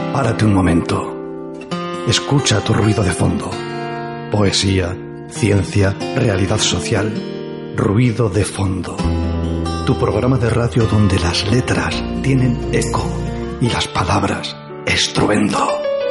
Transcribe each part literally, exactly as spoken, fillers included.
Párate un momento. Escucha tu ruido de fondo. Poesía, ciencia, realidad social. Ruido de fondo. Tu programa de radio donde las letras tienen eco y las palabras estruendo.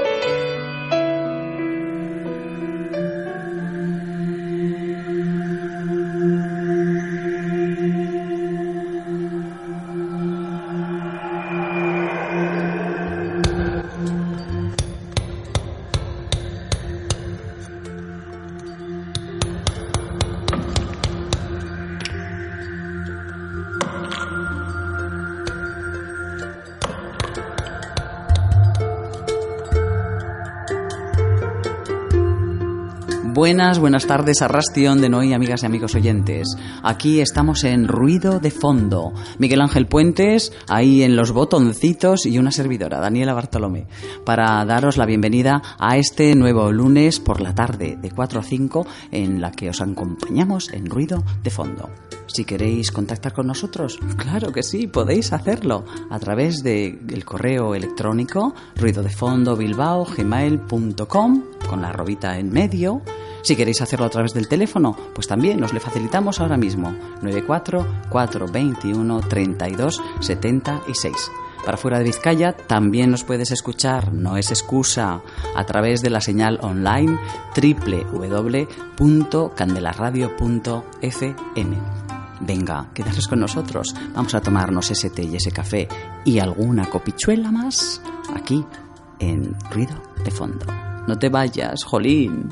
Buenas, buenas tardes, arrastión de Noy, amigas y amigos oyentes. Aquí estamos en Ruido de Fondo. Miguel Ángel Puentes, ahí en los botoncitos, y una servidora, Daniela Bartolomé, para daros la bienvenida a este nuevo lunes por la tarde, de cuatro a cinco, en la que os acompañamos en Ruido de Fondo. Si queréis contactar con nosotros, claro que sí, podéis hacerlo a través del correo electrónico ruidodefondobilbao arroba gmail punto com, con la arrobita en medio. Si queréis hacerlo a través del teléfono, pues también os le facilitamos ahora mismo, nueve cuatro cuatro dos uno tres dos siete seis. Para fuera de Vizcaya también nos puedes escuchar, no es excusa, a través de la señal online doble u doble u doble u punto candelarradio punto efe eme. Venga, quedaros con nosotros, vamos a tomarnos ese té y ese café y alguna copichuela más aquí en Ruido de Fondo. No te vayas, jolín.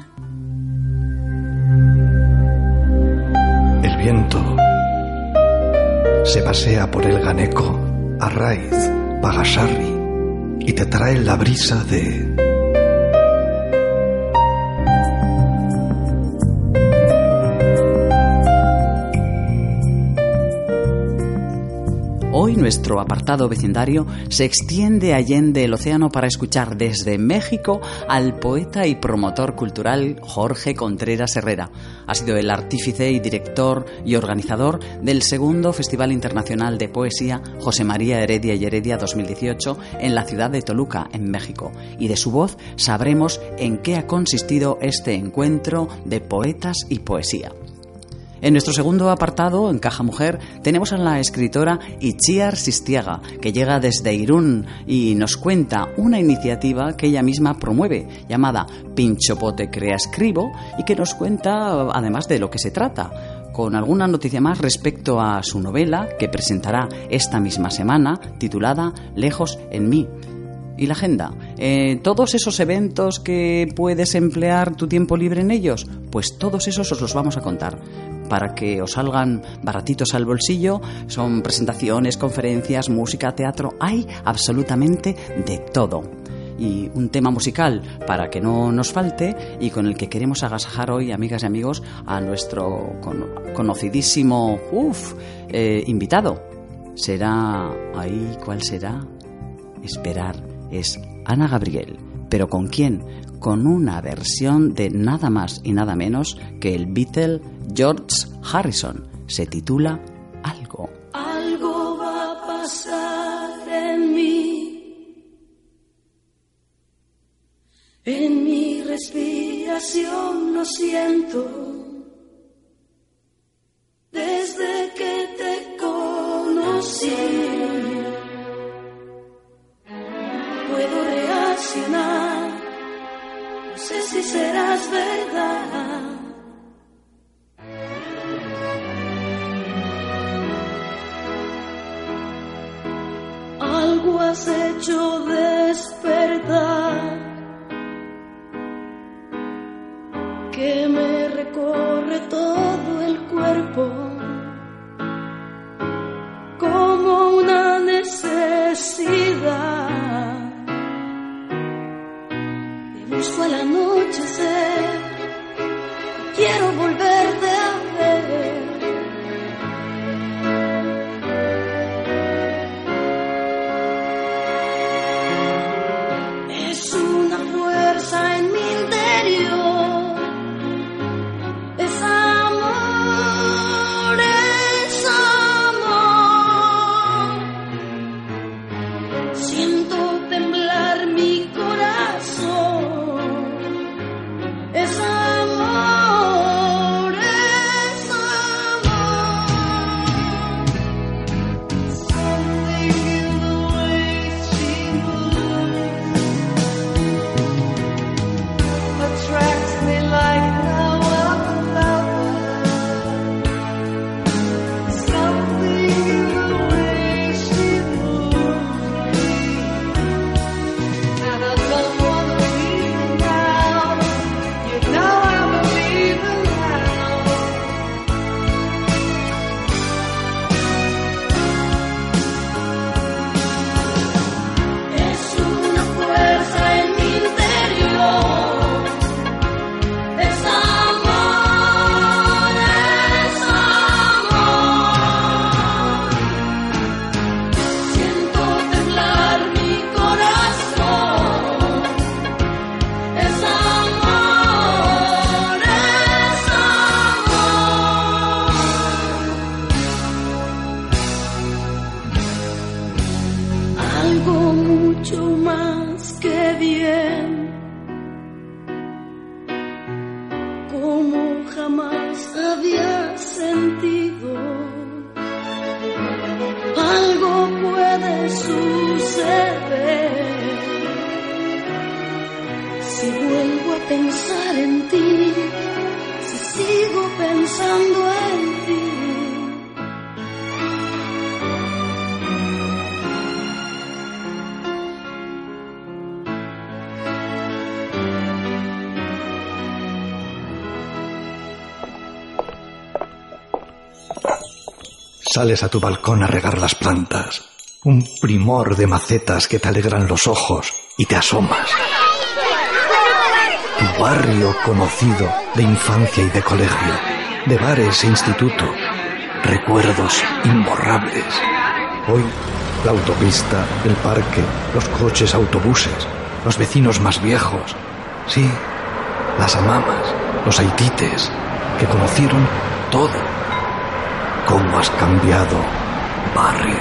El viento se pasea por el Ganeco, Arraiz, Pagasarri, y te trae la brisa de... Hoy nuestro apartado vecindario se extiende allende el océano para escuchar desde México al poeta y promotor cultural Jorge Contreras Herrera. Ha sido el artífice y director y organizador del segundo Festival Internacional de Poesía José María Heredia y Heredia dos mil dieciocho en la ciudad de Toluca, en México. Y de su voz sabremos en qué ha consistido este encuentro de poetas y poesía. En nuestro segundo apartado, en Caja Mujer, tenemos a la escritora Itziar Sistiaga, que llega desde Irún y nos cuenta una iniciativa que ella misma promueve, llamada Pinchopote Crea Escribo, y que nos cuenta además de lo que se trata, con alguna noticia más respecto a su novela, que presentará esta misma semana, titulada Lejos en mí. ¿Y la agenda? Eh, ¿Todos esos eventos que puedes emplear tu tiempo libre en ellos? Pues todos esos os los vamos a contar, para que os salgan baratitos al bolsillo. Son presentaciones, conferencias, música, teatro, hay absolutamente de todo. Y un tema musical para que no nos falte y con el que queremos agasajar hoy, amigas y amigos, a nuestro con- conocidísimo uf, eh, invitado. Será ahí, ¿cuál será? Esperar, es Ana Gabriel. ¿Pero con quién? Con una versión de nada más y nada menos que el Beatle George Harrison. Se titula Algo. Algo va a pasar en mí, en mi respiración lo siento, desde que te conocí. Puedo reaccionar, no sé si serás verdad. Algo has hecho despertar, que me recorre todo el cuerpo, como una necesidad. Busco al anochecer, quiero volverte a ver. Es una fuerza en mi interior, es amor, es amor. Siento temblar mi algo mucho más que bien, como jamás había sentido. Algo puede suceder si vuelvo a pensar en ti, si sigo pensando en ti. Sales a tu balcón a regar las plantas, un primor de macetas que te alegran los ojos, y te asomas. Tu barrio conocido de infancia y de colegio, de bares e instituto, recuerdos imborrables. Hoy, la autopista, el parque, los coches, autobuses, los vecinos más viejos, sí, las amamas, los haitites, que conocieron todo. ¿Cómo has cambiado, barrio?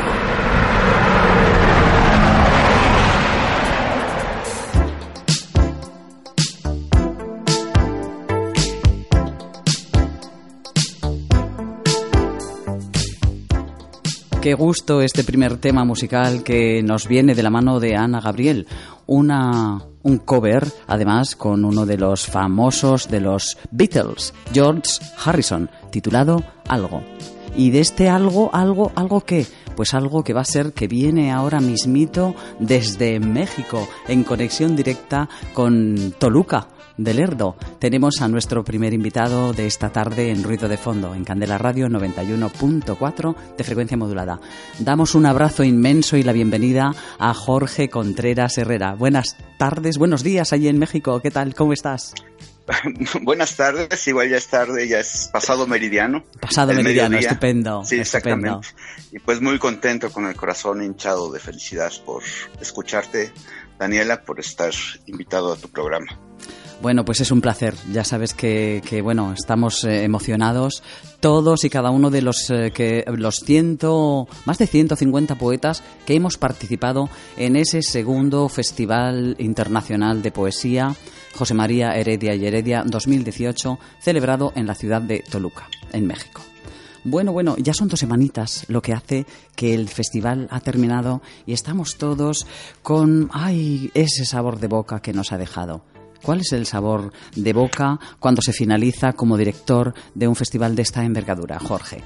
Qué gusto este primer tema musical que nos viene de la mano de Ana Gabriel. Una, un cover, además, con uno de los famosos de los Beatles, George Harrison, titulado Algo. Y de este algo, algo, ¿algo qué? Pues algo que va a ser que viene ahora mismito desde México, en conexión directa con Toluca de Lerdo. Tenemos a nuestro primer invitado de esta tarde en Ruido de Fondo, en Candela Radio noventa y uno punto cuatro de frecuencia modulada. Damos un abrazo inmenso y la bienvenida a Jorge Contreras Herrera. Buenas tardes, buenos días allí en México. ¿Qué tal? ¿Cómo estás? Buenas tardes, igual ya es tarde, ya es pasado meridiano. Pasado meridiano, mediodía. Estupendo. Sí, estupendo. Exactamente. Y pues muy contento, con el corazón hinchado de felicidad por escucharte, Daniela, por estar invitado a tu programa. Bueno, pues es un placer. Ya sabes que, que bueno, estamos eh, emocionados todos y cada uno de los eh, que los ciento, más de ciento cincuenta poetas que hemos participado en ese segundo Festival Internacional de Poesía José María Heredia y Heredia dos mil dieciocho, celebrado en la ciudad de Toluca, en México. Bueno, bueno, ya son dos semanitas, lo que hace que el festival ha terminado y estamos todos con, ay, ese sabor de boca que nos ha dejado. ¿Cuál es el sabor de boca cuando se finaliza como director de un festival de esta envergadura, Jorge?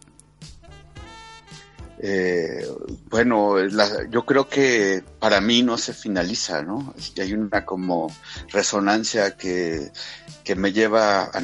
Eh, bueno, la, yo creo que para mí no se finaliza, ¿no? Hay una como resonancia que, que me lleva a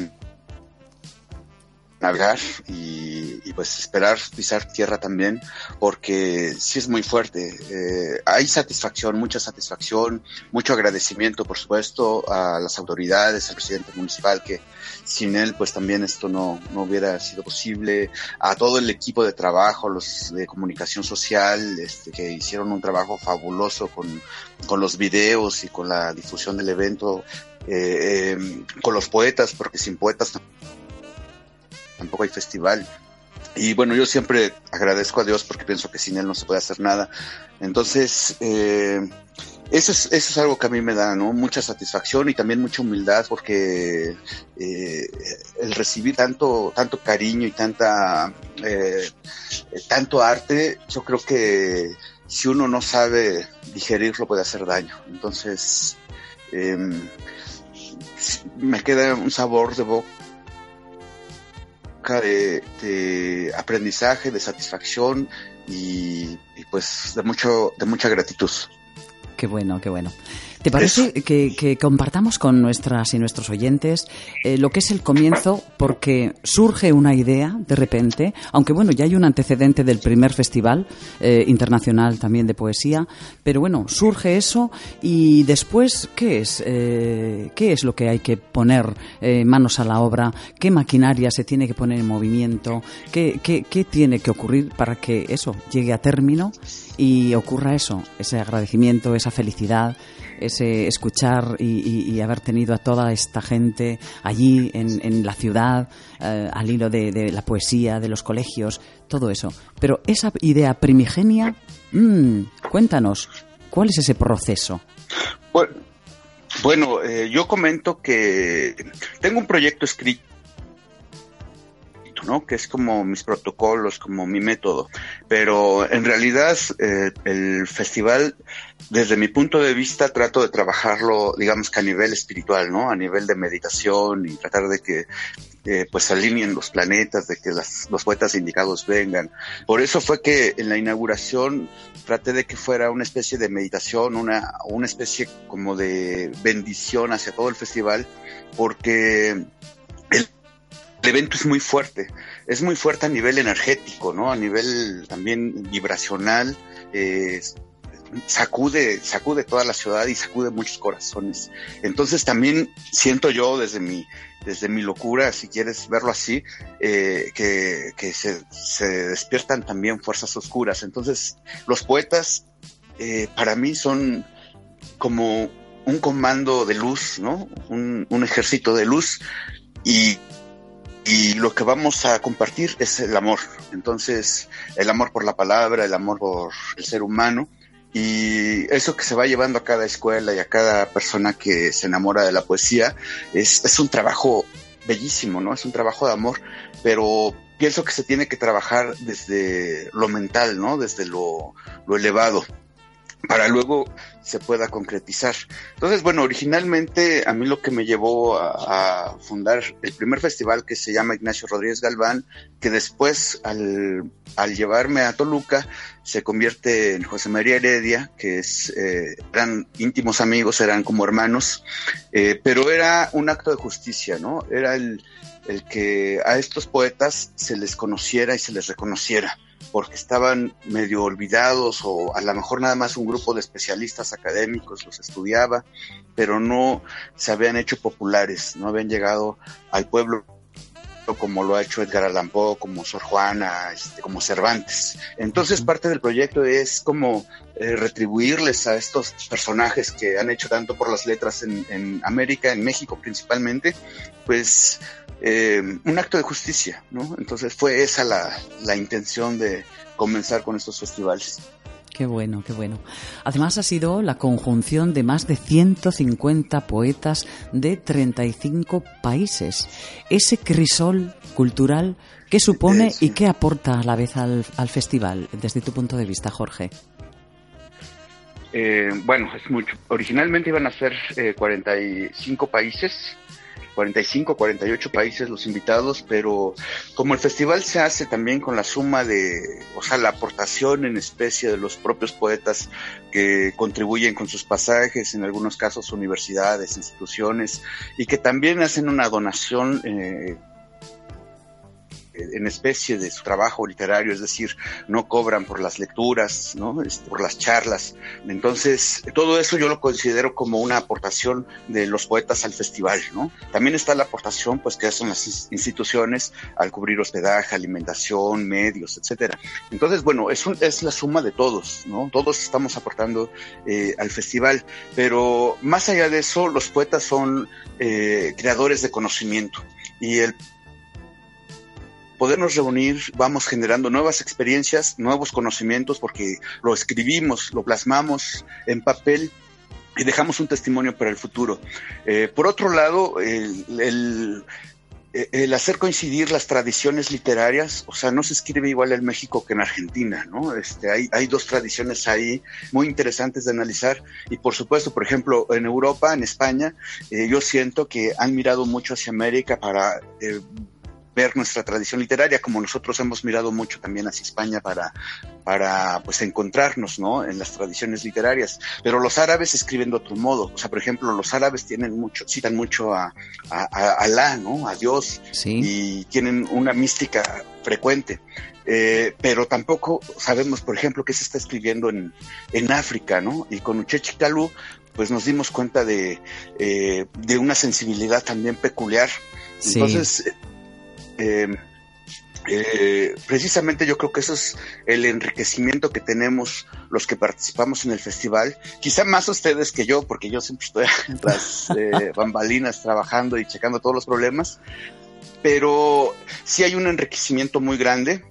navegar y, y pues esperar pisar tierra también, porque sí es muy fuerte. Eh, hay satisfacción, mucha satisfacción, mucho agradecimiento, por supuesto, a las autoridades, al presidente municipal, que sin él pues también esto no, no hubiera sido posible, a todo el equipo de trabajo, los de comunicación social, este, que hicieron un trabajo fabuloso con, con los videos y con la difusión del evento, eh, eh, con los poetas, porque sin poetas tampoco hay festival. Y bueno, yo siempre agradezco a Dios porque pienso que sin él no se puede hacer nada. Entonces, eh, eso es, eso es algo que a mí me da, ¿no? Mucha satisfacción y también mucha humildad, porque eh, el recibir tanto, tanto cariño y tanta, eh, tanto arte, yo creo que si uno no sabe digerirlo puede hacer daño. Entonces, eh, me queda un sabor de boca De, de aprendizaje, de satisfacción y, y pues de mucho de mucha gratitud. Qué bueno, qué bueno. ¿Te parece que, que compartamos con nuestras y nuestros oyentes eh, lo que es el comienzo? Porque surge una idea de repente, aunque bueno, ya hay un antecedente del primer festival eh, internacional también de poesía, pero bueno, surge eso y después, ¿qué es? Eh, ¿Qué es lo que hay que poner eh, manos a la obra? ¿Qué maquinaria se tiene que poner en movimiento? ¿Qué, qué, qué tiene que ocurrir para que eso llegue a término y ocurra eso? Ese agradecimiento, esa felicidad, ese escuchar y, y, y haber tenido a toda esta gente allí en, en la ciudad, eh, al hilo de, de la poesía, de los colegios, todo eso. Pero esa idea primigenia, mmm, Cuéntanos, ¿cuál es ese proceso? Bueno, bueno eh, yo comento que tengo un proyecto escrito, ¿no? Que es como mis protocolos, como mi método, pero en realidad eh, el festival, desde mi punto de vista, trato de trabajarlo, digamos que a nivel espiritual, ¿no? A nivel de meditación y tratar de que eh, pues se alineen los planetas, de que las, los poetas indicados vengan. Por eso fue que en la inauguración traté de que fuera una especie de meditación, una, una especie como de bendición hacia todo el festival, porque el El evento es muy fuerte, es muy fuerte a nivel energético, ¿no? A nivel también vibracional, eh, sacude, sacude toda la ciudad y sacude muchos corazones. Entonces también siento yo desde mi, desde mi locura, si quieres verlo así, eh, que, que se, se despiertan también fuerzas oscuras. Entonces los poetas, eh, para mí son como un comando de luz, ¿no? Un, un ejército de luz, y Y lo que vamos a compartir es el amor. Entonces, el amor por la palabra, el amor por el ser humano, y eso que se va llevando a cada escuela y a cada persona que se enamora de la poesía, es, es un trabajo bellísimo, ¿no? Es un trabajo de amor, pero pienso que se tiene que trabajar desde lo mental, ¿no? Desde lo, lo elevado, para luego se pueda concretizar. Entonces, bueno, originalmente a mí lo que me llevó a, a fundar el primer festival, que se llama Ignacio Rodríguez Galván, que después al, al llevarme a Toluca se convierte en José María Heredia, que es, eh, eran íntimos amigos, eran como hermanos, eh, pero era un acto de justicia, ¿no? Era el, el que a estos poetas se les conociera y se les reconociera, porque estaban medio olvidados, o a lo mejor nada más un grupo de especialistas académicos los estudiaba, pero no se habían hecho populares, no habían llegado al pueblo como lo ha hecho Edgar Allan Poe, como Sor Juana, este, como Cervantes. Entonces parte del proyecto es como eh, retribuirles a estos personajes que han hecho tanto por las letras en, en América, en México principalmente, pues eh, un acto de justicia, ¿no? Entonces fue esa la, la intención de comenzar con estos festivales. Qué bueno, qué bueno. Además ha sido la conjunción de más de ciento cincuenta poetas de treinta y cinco países. Ese crisol cultural, ¿qué supone sí. y qué aporta a la vez al, al festival, desde tu punto de vista, Jorge? Eh, bueno, es mucho. Originalmente iban a ser eh, cuarenta y cinco países, cuarenta y cinco, cuarenta y ocho países los invitados, pero como el festival se hace también con la suma de, o sea, la aportación en especie de los propios poetas que contribuyen con sus pasajes, en algunos casos universidades, instituciones, y que también hacen una donación eh, en especie de su trabajo literario, es decir, no cobran por las lecturas, ¿no? por las charlas. Entonces, todo eso yo lo considero como una aportación de los poetas al festival, ¿no? También está la aportación, pues, que hacen las instituciones al cubrir hospedaje, alimentación, medios, etcétera. Entonces, bueno, es, un, es la suma de todos, ¿no? Todos estamos aportando eh, al festival, pero más allá de eso, los poetas son eh, creadores de conocimiento, y el podernos reunir, vamos generando nuevas experiencias, nuevos conocimientos, porque lo escribimos, lo plasmamos en papel y dejamos un testimonio para el futuro. Eh, por otro lado, el, el, el hacer coincidir las tradiciones literarias, o sea, no se escribe igual en México que en Argentina, ¿no? Este, hay, hay dos tradiciones ahí muy interesantes de analizar, y por supuesto, por ejemplo, en Europa, en España, eh, yo siento que han mirado mucho hacia América para eh, ver nuestra tradición literaria, como nosotros hemos mirado mucho también hacia España para, para pues encontrarnos, ¿no? En las tradiciones literarias. Pero los árabes escriben de otro modo. O sea, por ejemplo, los árabes tienen mucho, citan mucho a, a, a Alá, ¿no? A Dios. Sí. Y tienen una mística frecuente. Eh, pero tampoco sabemos, por ejemplo, qué se está escribiendo en, en África, ¿no? Y con Uchechi Calú, pues nos dimos cuenta de, eh, de una sensibilidad también peculiar. Sí. Entonces, Eh, eh, precisamente yo creo que eso es el enriquecimiento que tenemos los que participamos en el festival, quizá más ustedes que yo, porque yo siempre estoy tras eh, bambalinas trabajando y checando todos los problemas, pero sí hay un enriquecimiento muy grande,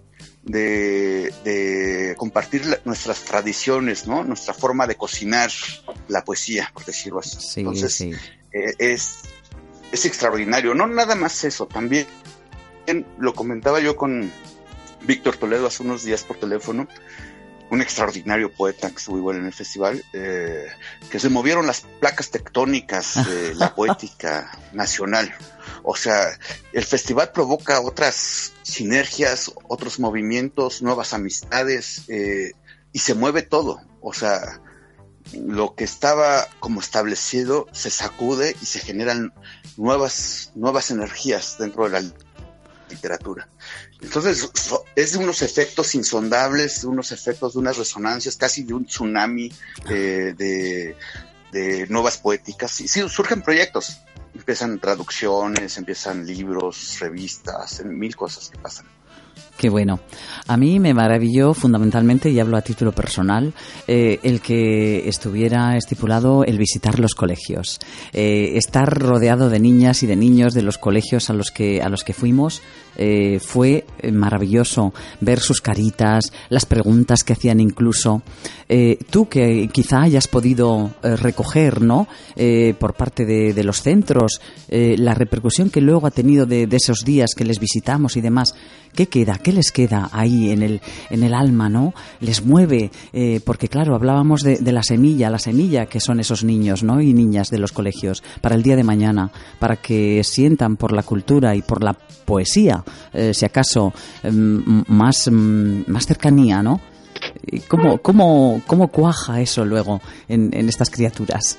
de, de compartir la, nuestras tradiciones, ¿no? Nuestra forma de cocinar la poesía, por decirlo así. Sí, Entonces, sí. Eh, es, es extraordinario. No nada más eso, también lo comentaba yo con Víctor Toledo hace unos días por teléfono, un extraordinario poeta que estuvo igual en el festival, eh, que se movieron las placas tectónicas de la poética nacional. O sea, el festival provoca otras sinergias, otros movimientos, nuevas amistades, eh, y se mueve todo. O sea, lo que estaba como establecido se sacude y se generan nuevas, nuevas energías dentro de la literatura. Entonces es de unos efectos insondables, de unos efectos, de unas resonancias, casi de un tsunami eh, de, de nuevas poéticas. Y sí, surgen proyectos, empiezan traducciones, empiezan libros, revistas, mil cosas que pasan. Qué bueno. A mí me maravilló fundamentalmente, y hablo a título personal, eh, el que estuviera estipulado el visitar los colegios. Eh, estar rodeado de niñas y de niños de los colegios a los que, a los que fuimos eh, fue maravilloso. Ver sus caritas, las preguntas que hacían incluso. Eh, tú que quizá hayas podido eh, recoger, ¿no? Eh, por parte de, de los centros, eh, la repercusión que luego ha tenido de, de esos días que les visitamos y demás. ¿Qué queda? ¿Qué les queda ahí en el en el alma, no? Les mueve, eh, porque claro, hablábamos de, de la semilla, la semilla que son esos niños, ¿no? Y niñas de los colegios, para el día de mañana, para que sientan por la cultura y por la poesía, eh, si acaso, eh, más, más cercanía, ¿no? ¿Cómo, cómo, cómo cuaja eso luego en, en estas criaturas?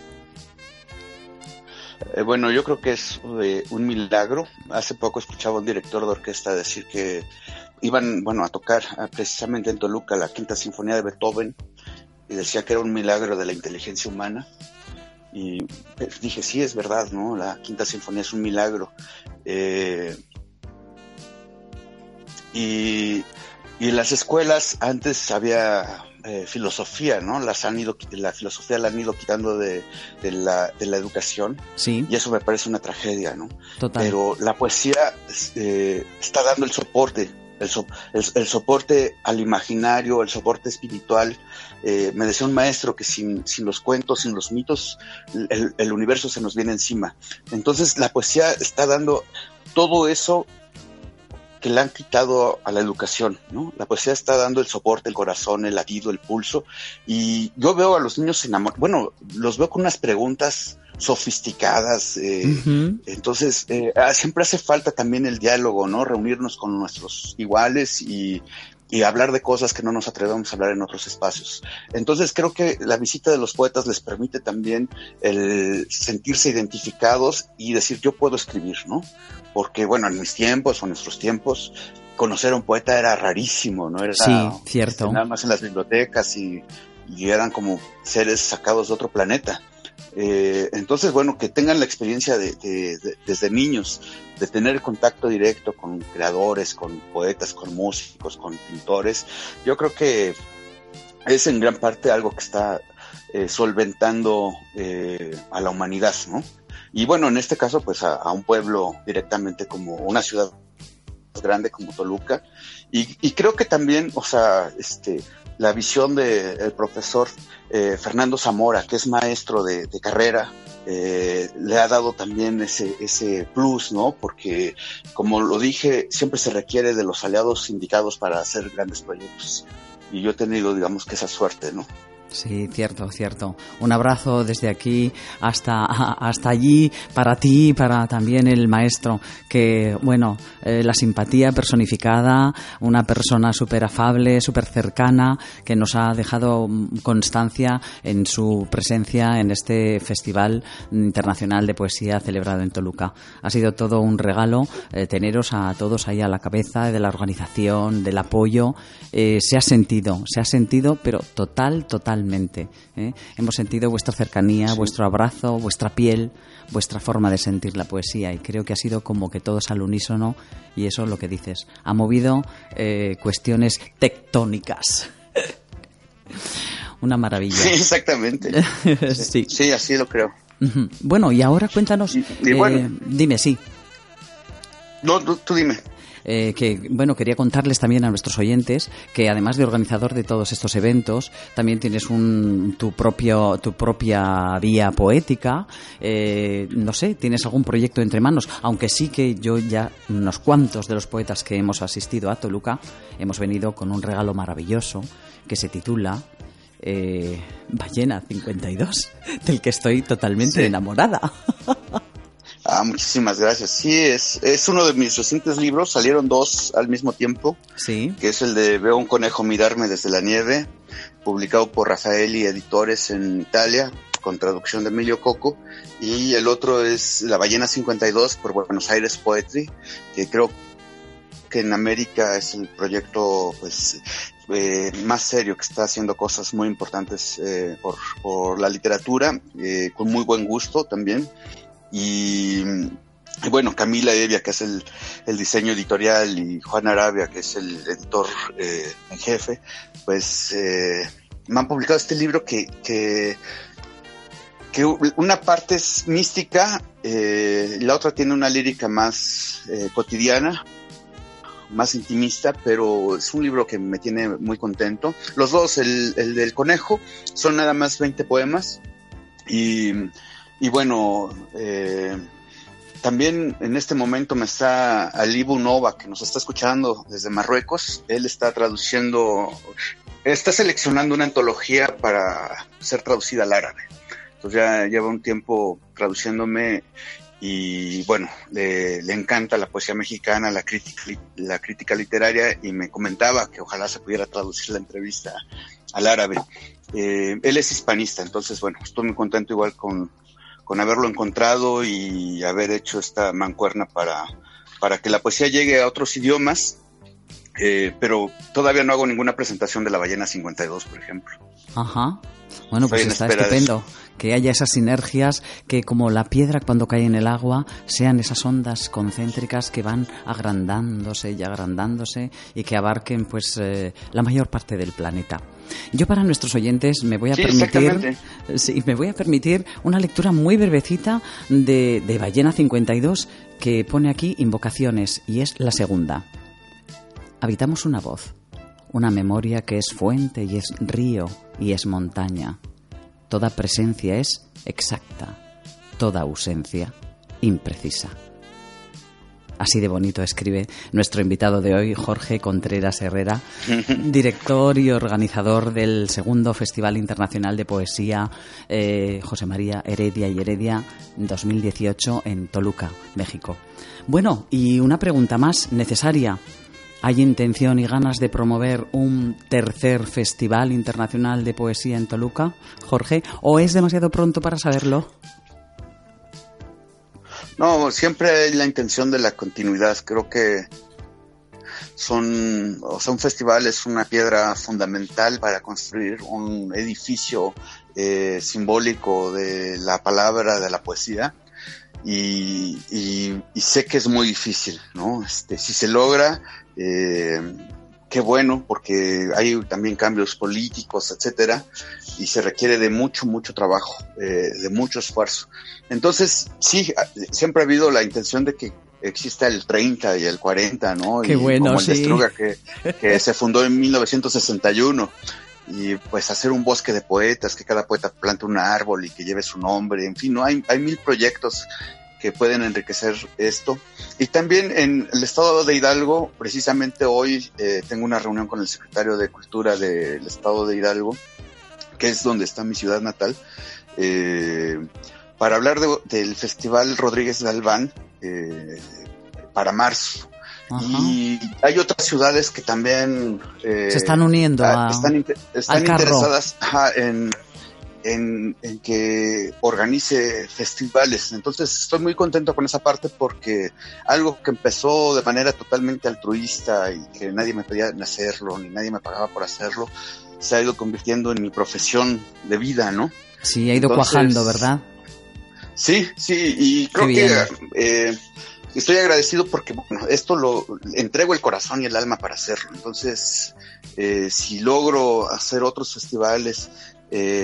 Eh, bueno, yo creo que es eh, un milagro. Hace poco escuchaba a un director de orquesta decir que iban, bueno, a tocar a, precisamente en Toluca la Quinta Sinfonía de Beethoven, y decía que era un milagro de la inteligencia humana. Y pues, dije, sí, es verdad, ¿no? La Quinta Sinfonía es un milagro. Eh, y, y en las escuelas antes había eh, filosofía, ¿no? Las han ido, la filosofía la han ido quitando de, de, la, de la educación. Sí. Y eso me parece una tragedia, ¿no? Total. Pero la poesía eh, está dando el soporte, el, so, el, el soporte al imaginario, el soporte espiritual. Eh, me decía un maestro que sin, sin los cuentos, sin los mitos, el, el universo se nos viene encima. Entonces la poesía está dando todo eso que le han quitado a la educación, ¿no? La poesía está dando el soporte, el corazón, el latido, el pulso, y yo veo a los niños enamorados, bueno, los veo con unas preguntas sofisticadas, eh, uh-huh. Entonces eh, siempre hace falta también el diálogo, ¿no? Reunirnos con nuestros iguales y, y hablar de cosas que no nos atrevemos a hablar en otros espacios. Entonces creo que la visita de los poetas les permite también el sentirse identificados y decir, yo puedo escribir, ¿no? Porque, bueno, en mis tiempos o en nuestros tiempos, conocer a un poeta era rarísimo, ¿no? Era, sí, cierto. Nada más en las bibliotecas y, y eran como seres sacados de otro planeta. Eh, entonces, bueno, que tengan la experiencia de, de, de, desde niños, de tener contacto directo con creadores, con poetas, con músicos, con pintores, yo creo que es en gran parte algo que está eh, solventando eh, a la humanidad, ¿no? Y bueno, en este caso, pues a, a un pueblo directamente como una ciudad grande como Toluca. Y, y creo que también, o sea, este, la visión del de profesor eh, Fernando Zamora, que es maestro de, de carrera, eh, le ha dado también ese, ese plus, ¿no? Porque, como lo dije, siempre se requiere de los aliados indicados para hacer grandes proyectos. Y yo he tenido, digamos, que esa suerte, ¿no? Sí, cierto, cierto. Un abrazo desde aquí hasta hasta allí para ti, para también el maestro, que, bueno, eh, la simpatía personificada, una persona súper afable, súper cercana, que nos ha dejado constancia en su presencia en este Festival Internacional de Poesía celebrado en Toluca. Ha sido todo un regalo eh, teneros a todos ahí a la cabeza de la organización, del apoyo. Eh, se ha sentido, se ha sentido, pero total, total. ¿eh? Hemos sentido vuestra cercanía, sí. Vuestro abrazo, vuestra piel, vuestra forma de sentir la poesía, y creo que ha sido como que todos al unísono, y eso es lo que dices, ha movido eh, cuestiones tectónicas. Una maravilla. Sí, exactamente. Sí. Sí, así lo creo. Uh-huh. Bueno, y ahora cuéntanos. Y, y bueno, eh, dime, sí. No, tú, tú dime. eh, que, bueno, quería contarles también a nuestros oyentes que además de organizador de todos estos eventos, también tienes un, tu propio, tu propia vía poética, eh, no sé, tienes algún proyecto entre manos, aunque sí que yo ya, unos cuantos de los poetas que hemos asistido a Toluca, hemos venido con un regalo maravilloso que se titula eh, Ballena cincuenta y dos, del que estoy totalmente sí. enamorada. Ah, muchísimas gracias. Sí, es, es uno de mis recientes libros, salieron dos al mismo tiempo, sí. que es el de Veo un conejo mirarme desde la nieve, publicado por Raffaelli Editores en Italia, con traducción de Emilio Coco, y el otro es La Ballena cincuenta y dos por Buenos Aires Poetry, que creo que en América es el proyecto pues eh, más serio, que está haciendo cosas muy importantes eh, por, por la literatura, eh, con muy buen gusto también. Y, y bueno, Camila Evia, que es el, el diseño editorial, y Juan Arabia, que es el editor eh, en jefe, pues eh, me han publicado este libro que, que, que una parte es mística, eh, y la otra tiene una lírica más eh, cotidiana, más intimista, pero es un libro que me tiene muy contento. Los dos, el, el del conejo, son nada más veinte poemas, y, y bueno, eh, también en este momento me está Alibu Nova, que nos está escuchando desde Marruecos. Él está traduciendo, está seleccionando una antología para ser traducida al árabe. Entonces ya lleva un tiempo traduciéndome. Y bueno, le, le encanta la poesía mexicana, la crítica, la crítica literaria, y me comentaba que ojalá se pudiera traducir la entrevista al árabe. Eh, él es hispanista, entonces bueno, estoy muy contento igual con, con haberlo encontrado y haber hecho esta mancuerna para, para que la poesía llegue a otros idiomas, eh, pero todavía no hago ninguna presentación de La Ballena cincuenta y dos, por ejemplo. Ajá. Bueno, pues está estupendo que haya esas sinergias, que como la piedra cuando cae en el agua sean esas ondas concéntricas que van agrandándose y agrandándose y que abarquen pues eh, la mayor parte del planeta. Yo para nuestros oyentes me voy a sí, permitir sí, me voy a permitir una lectura muy brevecita de, de Ballena cincuenta y dos, que pone aquí invocaciones, y es la segunda. Habitamos una voz, una memoria que es fuente y es río y es montaña. Toda presencia es exacta, toda ausencia imprecisa. Así de bonito escribe nuestro invitado de hoy, Jorge Contreras Herrera, director y organizador del segundo Festival Internacional de Poesía eh, José María Heredia y Heredia dos mil dieciocho en Toluca, México. Bueno, y una pregunta más necesaria. ¿Hay intención y ganas de promover un tercer Festival Internacional de Poesía en Toluca, Jorge? ¿O es demasiado pronto para saberlo? No, siempre hay la intención de la continuidad. Creo que son, o sea, un festival es una piedra fundamental para construir un edificio eh, simbólico de la palabra, de la poesía. Y, y, y sé que es muy difícil, ¿no? Este, si se logra, eh, qué bueno, porque hay también cambios políticos, etcétera, y se requiere de mucho, mucho trabajo, eh, de mucho esfuerzo. Entonces, sí, siempre ha habido la intención de que exista el treinta y el cuarenta, ¿no? Qué y bueno, como el sí. Destruga, que, que se fundó en mil novecientos sesenta y uno. Y pues hacer un bosque de poetas, que cada poeta plante un árbol y que lleve su nombre, en fin, no hay, hay mil proyectos que pueden enriquecer esto. Y también en el estado de Hidalgo, precisamente hoy eh, tengo una reunión con el secretario de Cultura del estado de Hidalgo, que es donde está mi ciudad natal, eh, para hablar de, del Festival Rodríguez Galván eh, para marzo. Ajá. Y hay otras ciudades que también eh, se están uniendo a, están, inter, están interesadas ajá, en, en, en que organice festivales. Entonces estoy muy contento con esa parte, porque algo que empezó de manera totalmente altruista y que nadie me pedía hacerlo, ni nadie me pagaba por hacerlo, se ha ido convirtiendo en mi profesión de vida, ¿no? Sí, ha ido Entonces, cuajando, ¿verdad? Sí, sí, y creo que eh, estoy agradecido porque, bueno, esto lo entrego el corazón y el alma para hacerlo. Entonces, eh, si logro hacer otros festivales eh,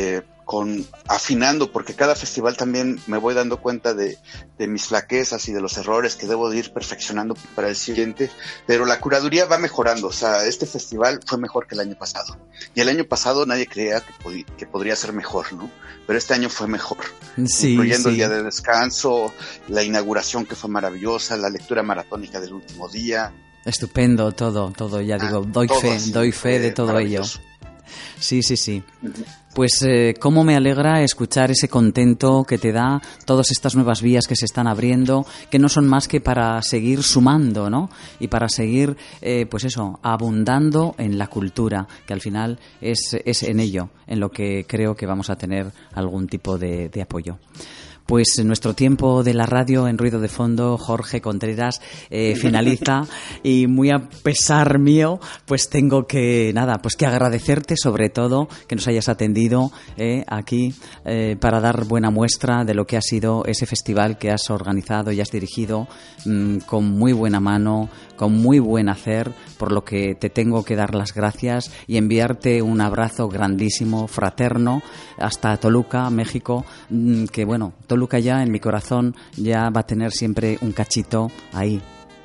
con afinando, porque cada festival también me voy dando cuenta de, de mis flaquezas y de los errores que debo de ir perfeccionando para el siguiente, pero la curaduría va mejorando. O sea, este festival fue mejor que el año pasado, y el año pasado nadie creía que, pod- que podría ser mejor, ¿no? Pero este año fue mejor, sí, incluyendo sí. el día de descanso, la inauguración que fue maravillosa, la lectura maratónica del último día. Estupendo, todo, todo, ya digo, doy todo fe, así, doy fe eh, de todo ello. maravilloso. Sí, sí, sí. Pues eh, cómo me alegra escuchar ese contento que te da todas estas nuevas vías que se están abriendo, que no son más que para seguir sumando, ¿no? Y para seguir, eh, pues eso, abundando en la cultura, que al final es, es en ello, en lo que creo que vamos a tener algún tipo de, de apoyo. Pues nuestro tiempo de la radio en Ruido de Fondo, Jorge Contreras, eh, finaliza, y muy a pesar mío, pues tengo que, nada, pues que agradecerte sobre todo que nos hayas atendido eh, aquí eh, para dar buena muestra de lo que ha sido ese festival que has organizado y has dirigido mmm, con muy buena mano, con muy buen hacer, por lo que te tengo que dar las gracias y enviarte un abrazo grandísimo, fraterno, hasta Toluca, México, mmm, que bueno, Toluca Toluca ya en mi corazón ya va a tener siempre un cachito ahí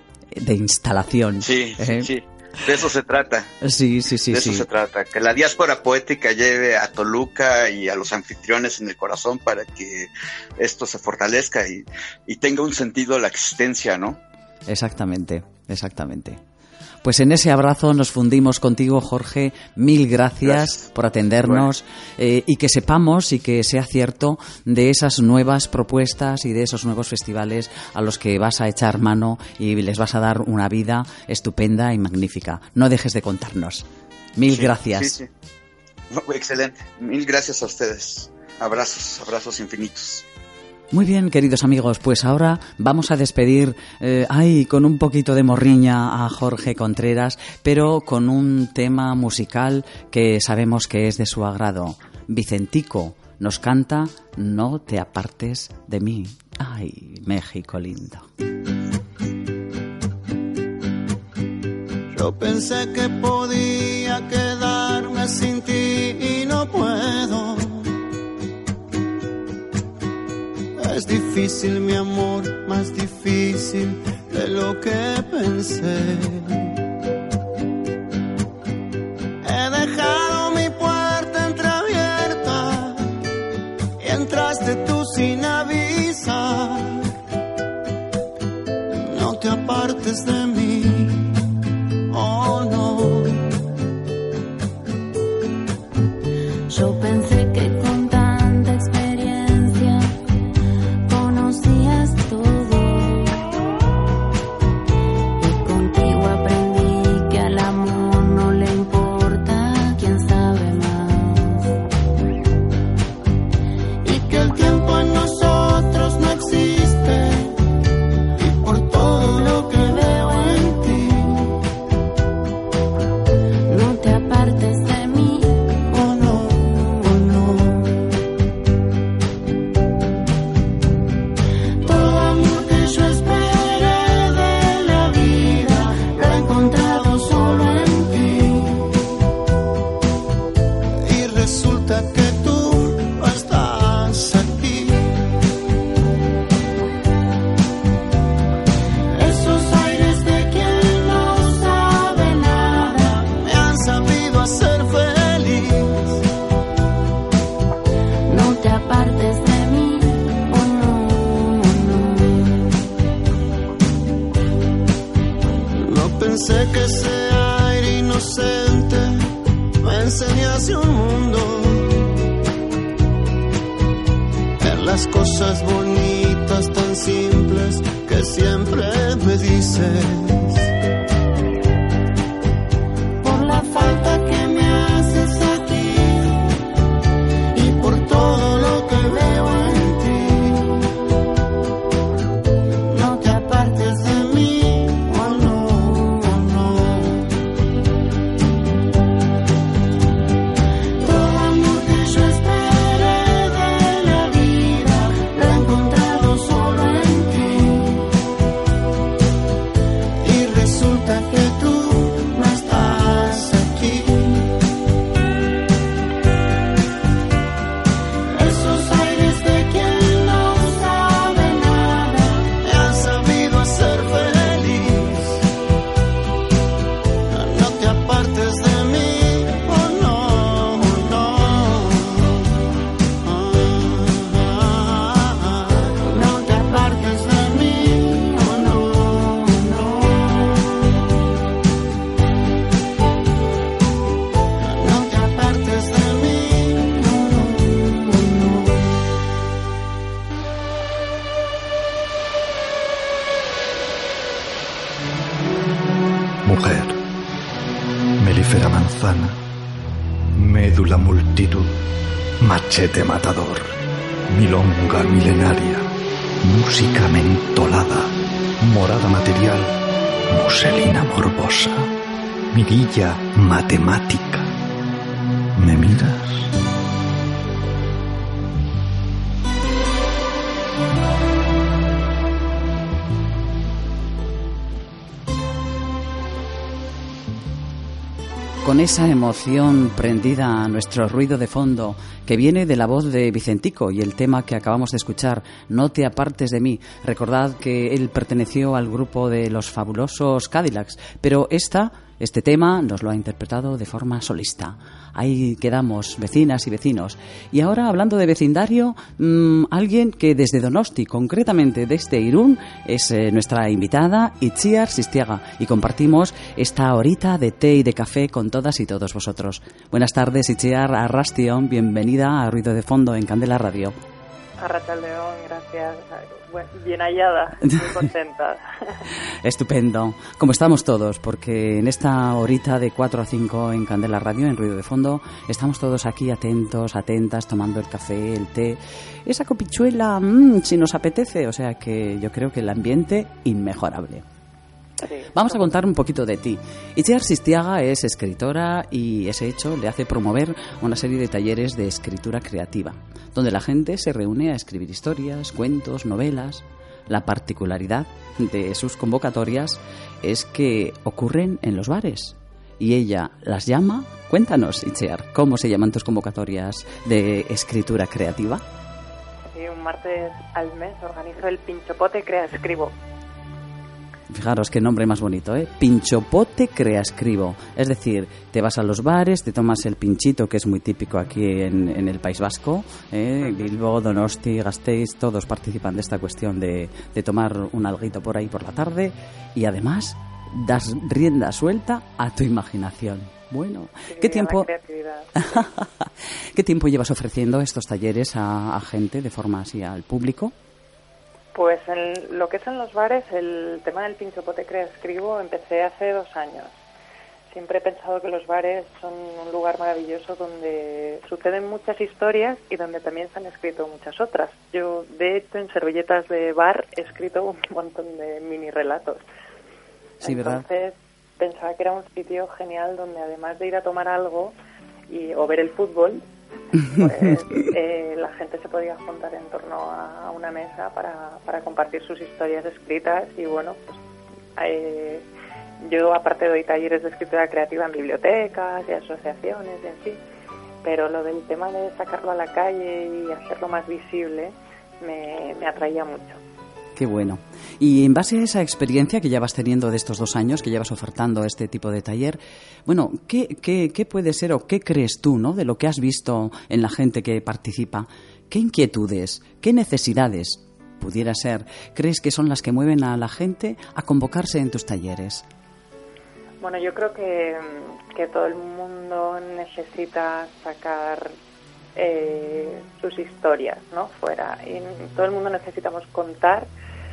de instalación. Sí, ¿eh? sí, sí. De eso se trata. Sí, sí, sí. De eso sí. se trata. Que la diáspora poética lleve a Toluca y a los anfitriones en el corazón para que esto se fortalezca y, y tenga un sentido la existencia, ¿no? Exactamente, exactamente. Pues en ese abrazo nos fundimos contigo, Jorge. Mil gracias, gracias. por atendernos, bueno. eh, y que sepamos y que sea cierto de esas nuevas propuestas y de esos nuevos festivales a los que vas a echar mano y les vas a dar una vida estupenda y magnífica. No dejes de contarnos. Mil sí, gracias. Sí, sí. No, excelente. Mil gracias a ustedes. Abrazos, abrazos infinitos. Muy bien, queridos amigos, pues ahora vamos a despedir, eh, ay, con un poquito de morriña a Jorge Contreras, pero con un tema musical que sabemos que es de su agrado. Vicentico nos canta No te apartes de mí. Ay, México lindo. Yo pensé que podía quedarme sin ti y no puedo. Es difícil, mi amor, más difícil de lo que pensé. He dejado mi puerta entreabierta y entraste tú sin avisar. No te apartes de mí, oh no. Yo pensé que con tanta experiencia conocías todo, y contigo aprendí que al amor no le importa quién sabe más, y que el tiempo en nosotros no existe, y por todo lo que veo en ti, no te apartes de mí, oh no, oh no. Todo amor que yo esperé de la vida lo he encontrado solo en ti, Y resulta que tú no estás aquí. esos aires de quien no sabe nada, Me han sabido hacer feliz. no te apartes de mí, oh no, oh no. No pensé que ese aire inocente me enseñase un mundo, ver las cosas bonitas tan simples que siempre me dices. Por la falta que me haces a ti y por todo lo que veo en ti, no te apartes de mí, oh no, oh no. Todo amor que yo esperé de la vida lo he encontrado solo en ti, Y manzana, médula multitud, machete matador, milonga milenaria, música mentolada, morada material, muselina morbosa, mirilla matemática. ¿Me miras? Con esa emoción prendida a nuestro ruido de fondo que viene de la voz de Vicentico y el tema que acabamos de escuchar, No te apartes de mí. Recordad que él perteneció al grupo de los fabulosos Cadillacs, pero esta, este tema nos lo ha interpretado de forma solista. Ahí quedamos, vecinas y vecinos. Y ahora, hablando de vecindario, mmm, alguien que desde Donosti, concretamente desde Irún, es eh, nuestra invitada, Itziar Sistiaga, y compartimos esta horita de té y de café con todas y todos vosotros. Buenas tardes, Itziar Arrastion, bienvenida a Ruido de Fondo en Candela Radio. Arratsaldeon, gracias. Bueno, bien hallada, muy contenta. Estupendo. Como estamos todos, porque en esta horita de cuatro a cinco en Candela Radio, en Ruido de Fondo, estamos todos aquí atentos, atentas, tomando el café, el té, esa copichuela, mmm, si nos apetece. O sea que yo creo que el ambiente inmejorable. Sí, vamos a contar un poquito de ti. Itziar Sistiaga es escritora y ese hecho le hace promover una serie de talleres de escritura creativa, donde la gente se reúne a escribir historias, cuentos, novelas. La particularidad de sus convocatorias es que ocurren en los bares y ella las llama. Cuéntanos, Itziar, ¿cómo se llaman tus convocatorias de escritura creativa? Sí, un martes al mes organizo el Pinchopote Crea Escribo. Fijaros qué nombre más bonito, ¿eh? Pinchopote Crea Escribo. Es decir, te vas a los bares, te tomas el pinchito, que es muy típico aquí en, en el País Vasco, ¿eh? Bilbo, Donosti, Gasteiz, todos participan de esta cuestión de, de tomar un alguito por ahí por la tarde y además das rienda suelta a tu imaginación. Bueno, sí, ¿qué tiempo ¿qué tiempo llevas ofreciendo estos talleres a, a gente de forma así al público? Pues en lo que es en los bares, el tema del Pinchopote Crea Escribo empecé hace dos años. Siempre he pensado que los bares son un lugar maravilloso donde suceden muchas historias y donde también se han escrito muchas otras. Yo, de hecho, en servilletas de bar he escrito un montón de mini relatos. Sí, ¿verdad? Entonces pensaba que era un sitio genial donde además de ir a tomar algo y, o ver el fútbol, pues eh, la gente se podía juntar en torno a una mesa para, para compartir sus historias escritas y bueno, pues eh, yo aparte doy talleres de escritura creativa en bibliotecas y asociaciones y así, pero lo del tema de sacarlo a la calle y hacerlo más visible me, me atraía mucho. Qué bueno. Y en base a esa experiencia que ya vas teniendo de estos dos años, que llevas ofertando este tipo de taller, bueno, ¿qué, qué, qué puede ser o qué crees tú, ¿no?, de lo que has visto en la gente que participa? ¿Qué inquietudes, qué necesidades, pudiera ser, crees que son las que mueven a la gente a convocarse en tus talleres? Bueno, yo creo que, que todo el mundo necesita sacar eh, sus historias, ¿no?, fuera. Y todo el mundo necesitamos contar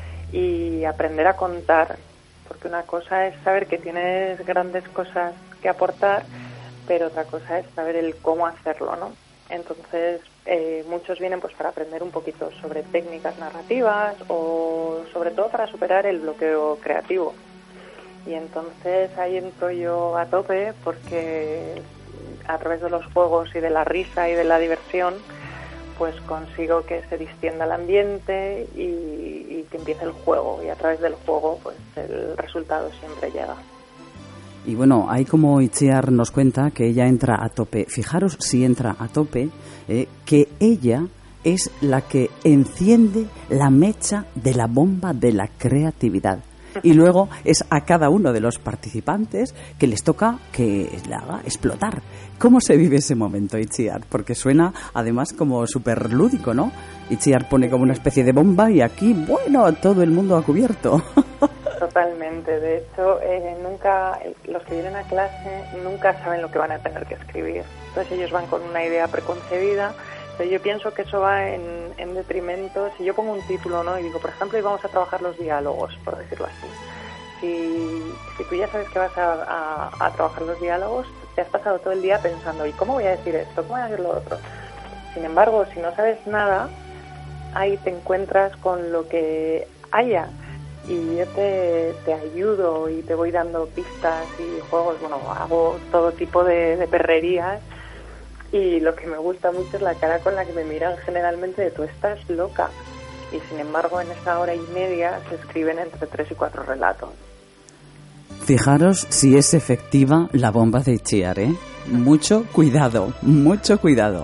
y aprender a contar, porque una cosa es saber que tienes grandes cosas que aportar, pero otra cosa es saber el cómo hacerlo, ¿no? Entonces, eh, muchos vienen pues para aprender un poquito sobre técnicas narrativas o sobre todo para superar el bloqueo creativo. Y entonces ahí entro yo a tope porque a través de los juegos y de la risa y de la diversión pues consigo que se distienda el ambiente y, y que empiece el juego, y a través del juego pues el resultado siempre llega. Y bueno, ahí como Itziar nos cuenta que ella entra a tope. Fijaros si entra a tope, eh, que ella es la que enciende la mecha de la bomba de la creatividad. Y luego es a cada uno de los participantes que les toca que la haga explotar. ¿Cómo se vive ese momento, Itziar? Porque suena además como súper lúdico, ¿no? Itziar pone como una especie de bomba y aquí, bueno, todo el mundo ha cubierto. Totalmente. De hecho, eh, nunca los que vienen a clase nunca saben lo que van a tener que escribir. Entonces ellos van con una idea preconcebida. Pero yo pienso que eso va en, en detrimento. Si yo pongo un título, ¿no?, y digo, por ejemplo, hoy vamos a trabajar los diálogos, por decirlo así. Si, si tú ya sabes que vas a, a, a trabajar los diálogos, te has pasado todo el día pensando, ¿y cómo voy a decir esto? ¿Cómo voy a decir lo otro? Sin embargo, si no sabes nada, ahí te encuentras con lo que haya. Y yo te, te ayudo y te voy dando pistas y juegos, bueno, hago todo tipo de, de perrerías, y lo que me gusta mucho es la cara con la que me miran generalmente de tú estás loca, y sin embargo en esa hora y media se escriben entre tres y cuatro relatos. Fijaros si es efectiva la bomba de Itziar, ¿eh? Mucho cuidado, mucho cuidado.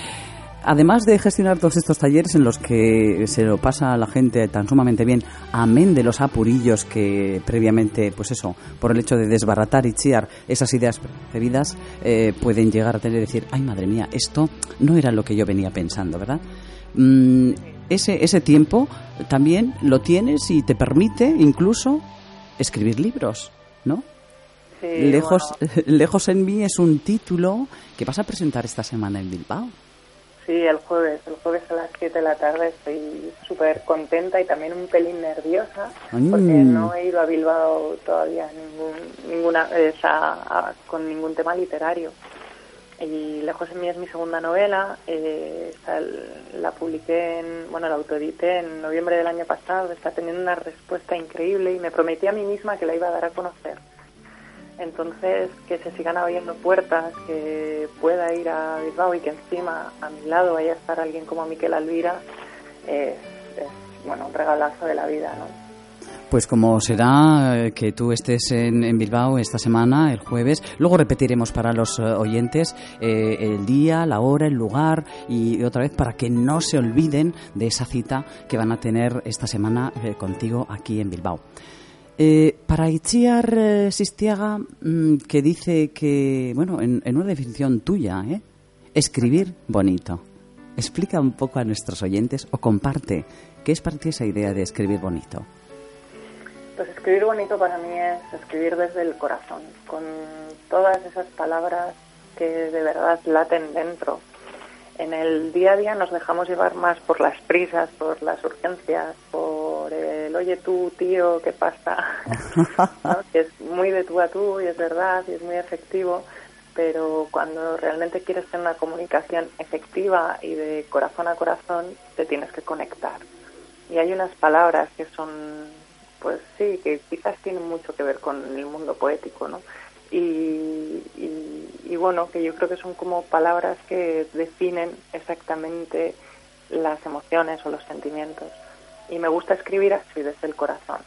Además de gestionar todos estos talleres en los que se lo pasa a la gente tan sumamente bien, amén de los apurillos que previamente, pues eso, por el hecho de desbaratar y Itziar esas ideas previdas, eh, pueden llegar a tener decir, ay madre mía, esto no era lo que yo venía pensando, ¿verdad? Mm, ese, ese tiempo también lo tienes y te permite incluso escribir libros, ¿no? Sí, Lejos, bueno. Lejos en mí es un título que vas a presentar esta semana en Bilbao. Sí, el jueves, el jueves a las siete de la tarde estoy súper contenta y también un pelín nerviosa, Mm. porque no he ido a Bilbao todavía ningún, ninguna, esa, a, con ningún tema literario. Y Lejos en mí es mi segunda novela, eh, está el, la publiqué, en, bueno, la autoedité en noviembre del año pasado, está teniendo una respuesta increíble y me prometí a mí misma que la iba a dar a conocer. Entonces, que se sigan abriendo puertas, que pueda ir a Bilbao y que encima a mi lado vaya a estar alguien como Miquel Alvira, es, es bueno, un regalazo de la vida, ¿no? Pues como será que tú estés en, en Bilbao esta semana, el jueves, luego repetiremos para los oyentes eh, el día, la hora, el lugar y otra vez para que no se olviden de esa cita que van a tener esta semana eh, contigo aquí en Bilbao. Eh, para Itziar eh, Sistiaga, mmm, que dice que, bueno, en, en una definición tuya, ¿eh? escribir bonito. Explica un poco a nuestros oyentes o comparte qué es para ti esa idea de escribir bonito. Pues escribir bonito para mí es escribir desde el corazón, con todas esas palabras que de verdad laten dentro. En el día a día nos dejamos llevar más por las prisas, por las urgencias, por el oye tú, tío, qué pasa, ¿no? Que es muy de tú a tú y es verdad y es muy efectivo, pero cuando realmente quieres tener una comunicación efectiva y de corazón a corazón, te tienes que conectar. Y hay unas palabras que son, pues sí, que quizás tienen mucho que ver con el mundo poético, ¿no? Y, y, y bueno, que yo creo que son como palabras que definen exactamente las emociones o los sentimientos. Y me gusta escribir así, desde el corazón.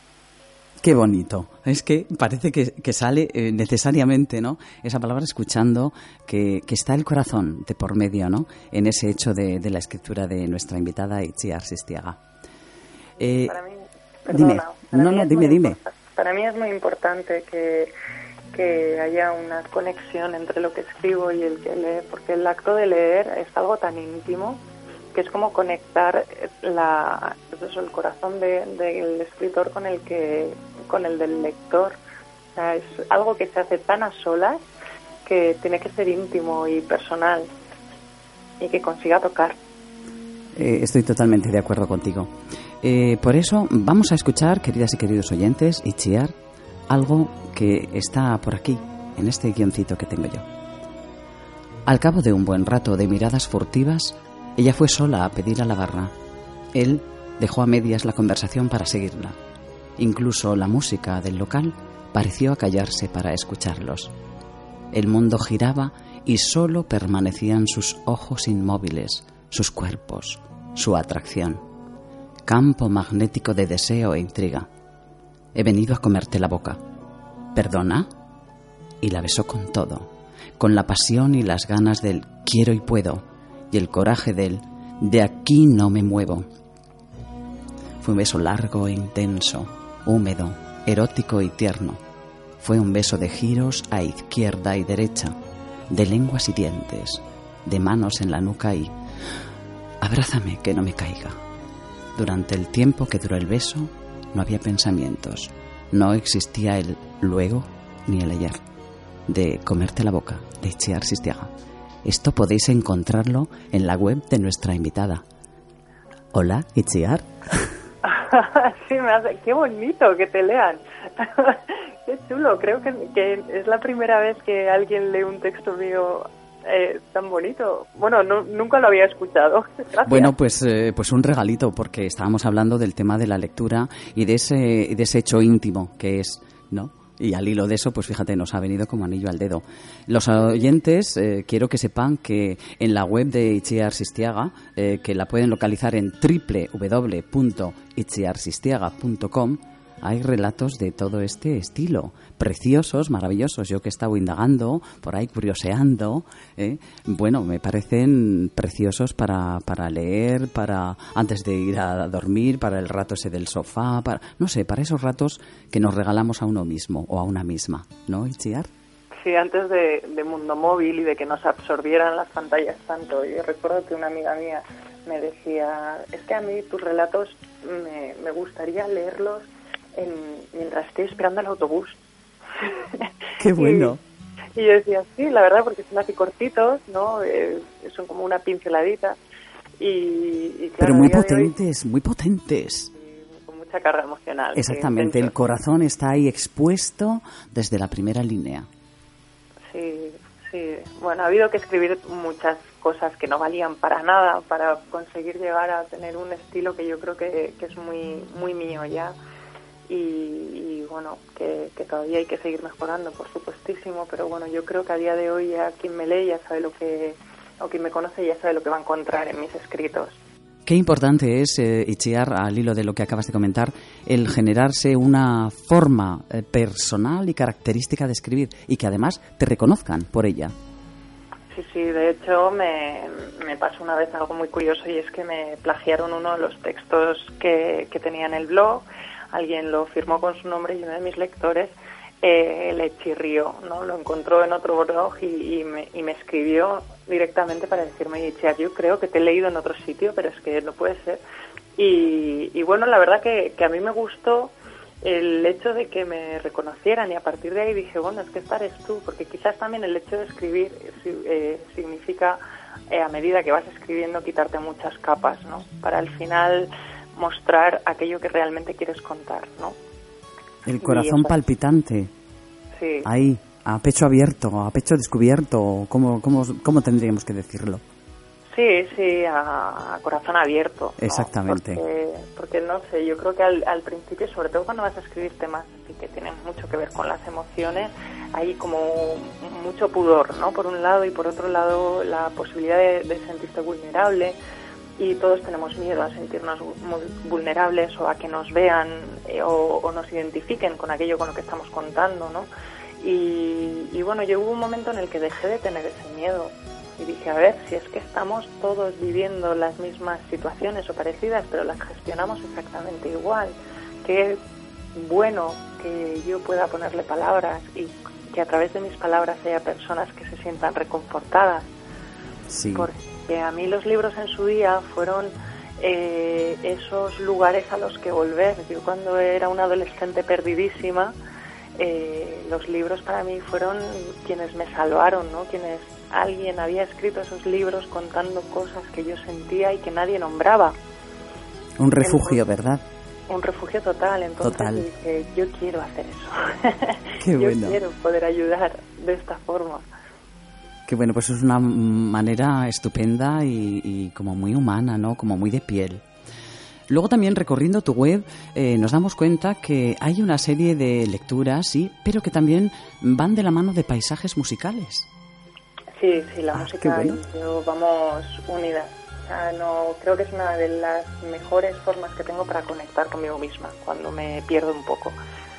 Qué bonito. Es que parece que, que sale eh, necesariamente, ¿no? Esa palabra escuchando que, que está el corazón de por medio, ¿no? En ese hecho de, de la escritura de nuestra invitada Itziar Sistiaga. Eh, para mí, perdona, dime. Para no, mí no, dime, dime. Para mí es muy importante que, que haya una conexión entre lo que escribo y el que lee, porque el acto de leer es algo tan íntimo que es como conectar la, pues eso, el corazón de, del escritor con el que con el del lector. O sea, es algo que se hace tan a solas que tiene que ser íntimo y personal y que consiga tocar. Eh, estoy totalmente de acuerdo contigo. Eh, por eso vamos a escuchar, queridas y queridos oyentes, Itziar, algo que está por aquí, en este guioncito que tengo yo. Al cabo de un buen rato de miradas furtivas, ella fue sola a pedir a la barra. Él dejó a medias la conversación para seguirla. Incluso la música del local pareció acallarse para escucharlos. El mundo giraba y solo permanecían sus ojos inmóviles, sus cuerpos, su atracción. Campo magnético de deseo e intriga. He venido a comerte la boca. ¿Perdona? Y la besó con todo, con la pasión y las ganas del quiero y puedo, y el coraje del de aquí no me muevo. Fue un beso largo e intenso, húmedo, erótico y tierno. Fue un beso de giros a izquierda y derecha, de lenguas y dientes, de manos en la nuca y abrázame que no me caiga. Durante el tiempo que duró el beso, no había pensamientos, no existía el luego ni el ayer. De comerte la boca, de Itziar Sistiaga. Esto podéis encontrarlo en la web de nuestra invitada. Hola, Itziar. Sí, me hace, qué bonito que te lean. Qué chulo, creo que, que es la primera vez que alguien lee un texto mío eh, tan bonito. Bueno, no, nunca lo había escuchado. Gracias. Bueno, pues, eh, pues un regalito, porque estábamos hablando del tema de la lectura y de ese, de ese hecho íntimo que es, ¿no? Y al hilo de eso, pues fíjate, nos ha venido como anillo al dedo. Los oyentes, eh, quiero que sepan que en la web de Itziar Sistiaga, eh, que la pueden localizar en doble u doble u doble u punto itziar sistiaga punto com, hay relatos de todo este estilo, preciosos, maravillosos. Yo que he estado indagando, por ahí curioseando, ¿eh? bueno, me parecen preciosos para, para leer, para antes de ir a dormir, para el rato ese del sofá, para, no sé, para esos ratos que nos regalamos a uno mismo o a una misma, ¿no, Itziar? Sí, antes de, de Mundo Móvil y de que nos absorbieran las pantallas tanto. Yo recuerdo que una amiga mía me decía, es que a mí tus relatos me, me gustaría leerlos En, mientras estoy esperando el autobús. ¡Qué bueno! Y, y yo decía, sí, la verdad, porque son así cortitos, ¿no? Eh, son como una pinceladita. Y, y claro, pero muy potentes, hoy, muy potentes. Con mucha carga emocional. Exactamente, el corazón está ahí expuesto desde la primera línea. Sí, sí. Bueno, ha habido que escribir muchas cosas que no valían para nada para conseguir llegar a tener un estilo que yo creo que, que es muy, muy mío ya. Y, y bueno, que, que todavía hay que seguir mejorando, por supuestísimo, pero bueno, yo creo que a día de hoy ya quien me lee ya sabe lo que, o quien me conoce ya sabe lo que va a encontrar en mis escritos. Qué importante es, eh, Itziar, al hilo de lo que acabas de comentar, el generarse una forma eh, personal y característica de escribir y que además te reconozcan por ella. Sí, sí, de hecho me, me pasó una vez algo muy curioso y es que me plagiaron uno de los textos que, que tenía en el blog. Alguien lo firmó con su nombre y uno de mis lectores eh, le chirrió, ¿no? Lo encontró en otro blog y, y, me, y me escribió directamente para decirme, Itziar, yo creo que te he leído en otro sitio, pero es que no puede ser. Y, y bueno, la verdad que, que a mí me gustó el hecho de que me reconocieran y a partir de ahí dije, bueno, es que esta eres tú, porque quizás también el hecho de escribir eh, significa, eh, a medida que vas escribiendo, quitarte muchas capas, ¿no? Para al final mostrar aquello que realmente quieres contar, ¿no? El corazón palpitante. Sí. Ahí, a pecho abierto, a pecho descubierto, ¿cómo, cómo, cómo tendríamos que decirlo? Sí, sí, a, a corazón abierto, ¿no? Exactamente. Porque, porque, no sé, yo creo que al, al principio, sobre todo cuando vas a escribir temas así que tienen mucho que ver con las emociones, hay como mucho pudor, ¿no? Por un lado, y por otro lado la posibilidad de, de sentirte vulnerable. Y todos tenemos miedo a sentirnos vulnerables o a que nos vean eh, o, o nos identifiquen con aquello con lo que estamos contando, ¿no? Y, y bueno, yo hubo un momento en el que dejé de tener ese miedo y dije, a ver, si es que estamos todos viviendo las mismas situaciones o parecidas, pero las gestionamos exactamente igual. Qué bueno que yo pueda ponerle palabras y que a través de mis palabras haya personas que se sientan reconfortadas. Sí. Porque que a mí los libros en su día fueron eh, esos lugares a los que volver. Yo cuando era una adolescente perdidísima, eh, los libros para mí fueron quienes me salvaron, ¿no? Quienes alguien había escrito esos libros contando cosas que yo sentía y que nadie nombraba. Un refugio, entonces, ¿verdad? Un refugio total. Entonces total. dije, yo quiero hacer eso. Qué yo bueno. quiero poder ayudar de esta forma. Que bueno, pues es una manera estupenda y, y como muy humana, ¿no? Como muy de piel. Luego también recorriendo tu web eh, nos damos cuenta que hay una serie de lecturas, sí, pero que también van de la mano de paisajes musicales. Sí, sí, la ah, música bueno. y yo vamos unidas. O sea, no, creo que es una de las mejores formas que tengo para conectar conmigo misma, cuando me pierdo un poco.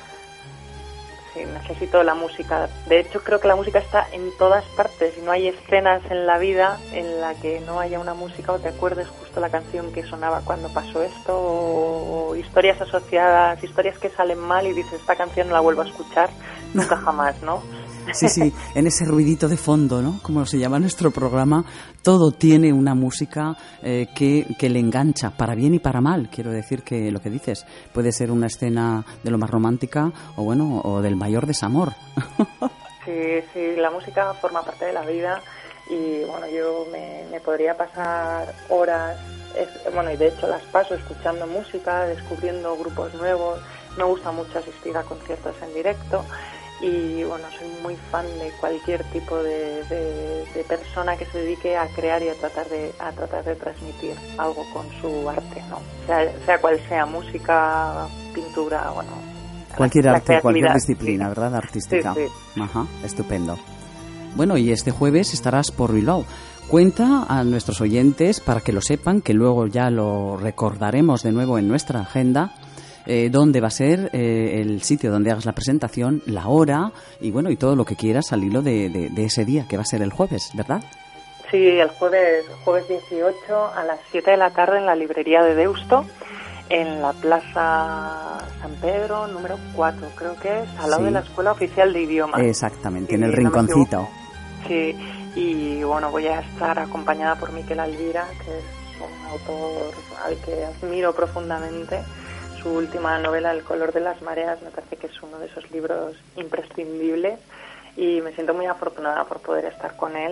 Sí, necesito la música. De hecho, creo que la música está en todas partes y no hay escenas en la vida en la que no haya una música o te acuerdes justo la canción que sonaba cuando pasó esto o, o historias asociadas, historias que salen mal y dices, esta canción no la vuelvo a escuchar nunca jamás, ¿no? Sí, sí, en ese ruidito de fondo, ¿no? Como se llama nuestro programa, todo tiene una música eh, que, que le engancha, para bien y para mal. Quiero decir que lo que dices puede ser una escena de lo más romántica o bueno, o del mayor desamor. Sí, sí, la música forma parte de la vida y bueno, yo me, me podría pasar horas, es, bueno, y de hecho las paso escuchando música, descubriendo grupos nuevos. me gusta mucho asistir a conciertos en directo y bueno, soy muy fan de cualquier tipo de, de, de persona que se dedique a crear y a tratar de a tratar de transmitir algo con su arte, ¿no? Sea, sea cual sea, música, pintura, bueno, cualquier la, arte, la cualquier disciplina, sí. ¿Verdad? Artística. Sí, sí. Ajá, estupendo. Bueno, y este jueves estarás por Bilbao. Cuenta a nuestros oyentes, para que lo sepan, que luego ya lo recordaremos de nuevo en nuestra agenda, eh, dónde va a ser eh, el sitio donde hagas la presentación, la hora y bueno, y todo lo que quieras al hilo de, de, de ese día, que va a ser el jueves, ¿verdad? Sí, el jueves, jueves dieciocho a las siete de la tarde en la librería de Deusto, en la Plaza San Pedro, número cuatro, creo que es, al lado sí. de la Escuela Oficial de Idiomas. Exactamente, en el rinconcito. Sí, y bueno, voy a estar acompañada por Miquel Alvira, que es un autor al que admiro profundamente. Su última novela, El color de las mareas, me parece que es uno de esos libros imprescindibles y me siento muy afortunada por poder estar con él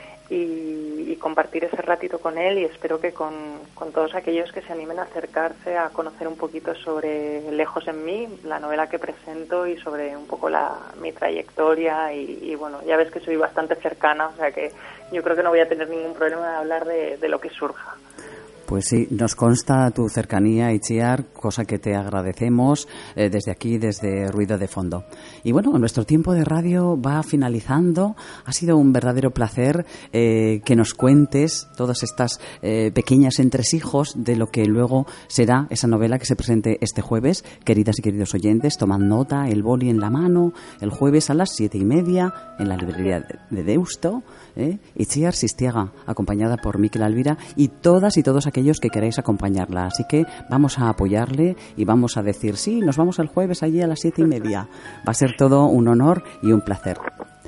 y, y compartir ese ratito con él, y espero que con, con todos aquellos que se animen a acercarse a conocer un poquito sobre Lejos en mí, la novela que presento, y sobre un poco la mi trayectoria y, y bueno, ya ves que soy bastante cercana, o sea que yo creo que no voy a tener ningún problema de hablar de, de lo que surja. Pues sí, nos consta tu cercanía, Itziar, cosa que te agradecemos eh, desde aquí, desde Ruido de Fondo. Y bueno, nuestro tiempo de radio va finalizando. Ha sido un verdadero placer eh, que nos cuentes todas estas eh, pequeñas entresijos de lo que luego será esa novela que se presente este jueves. Queridas y queridos oyentes, tomad nota, el boli en la mano, el jueves a las siete y media en la librería de Deusto. Eh, Itziar Sistiaga, acompañada por Miquel Alvira y todas y todos aquellos que queráis acompañarla. Así que vamos a apoyarle y vamos a decir, sí, nos vamos el jueves allí a las siete y media. Va a ser todo un honor y un placer.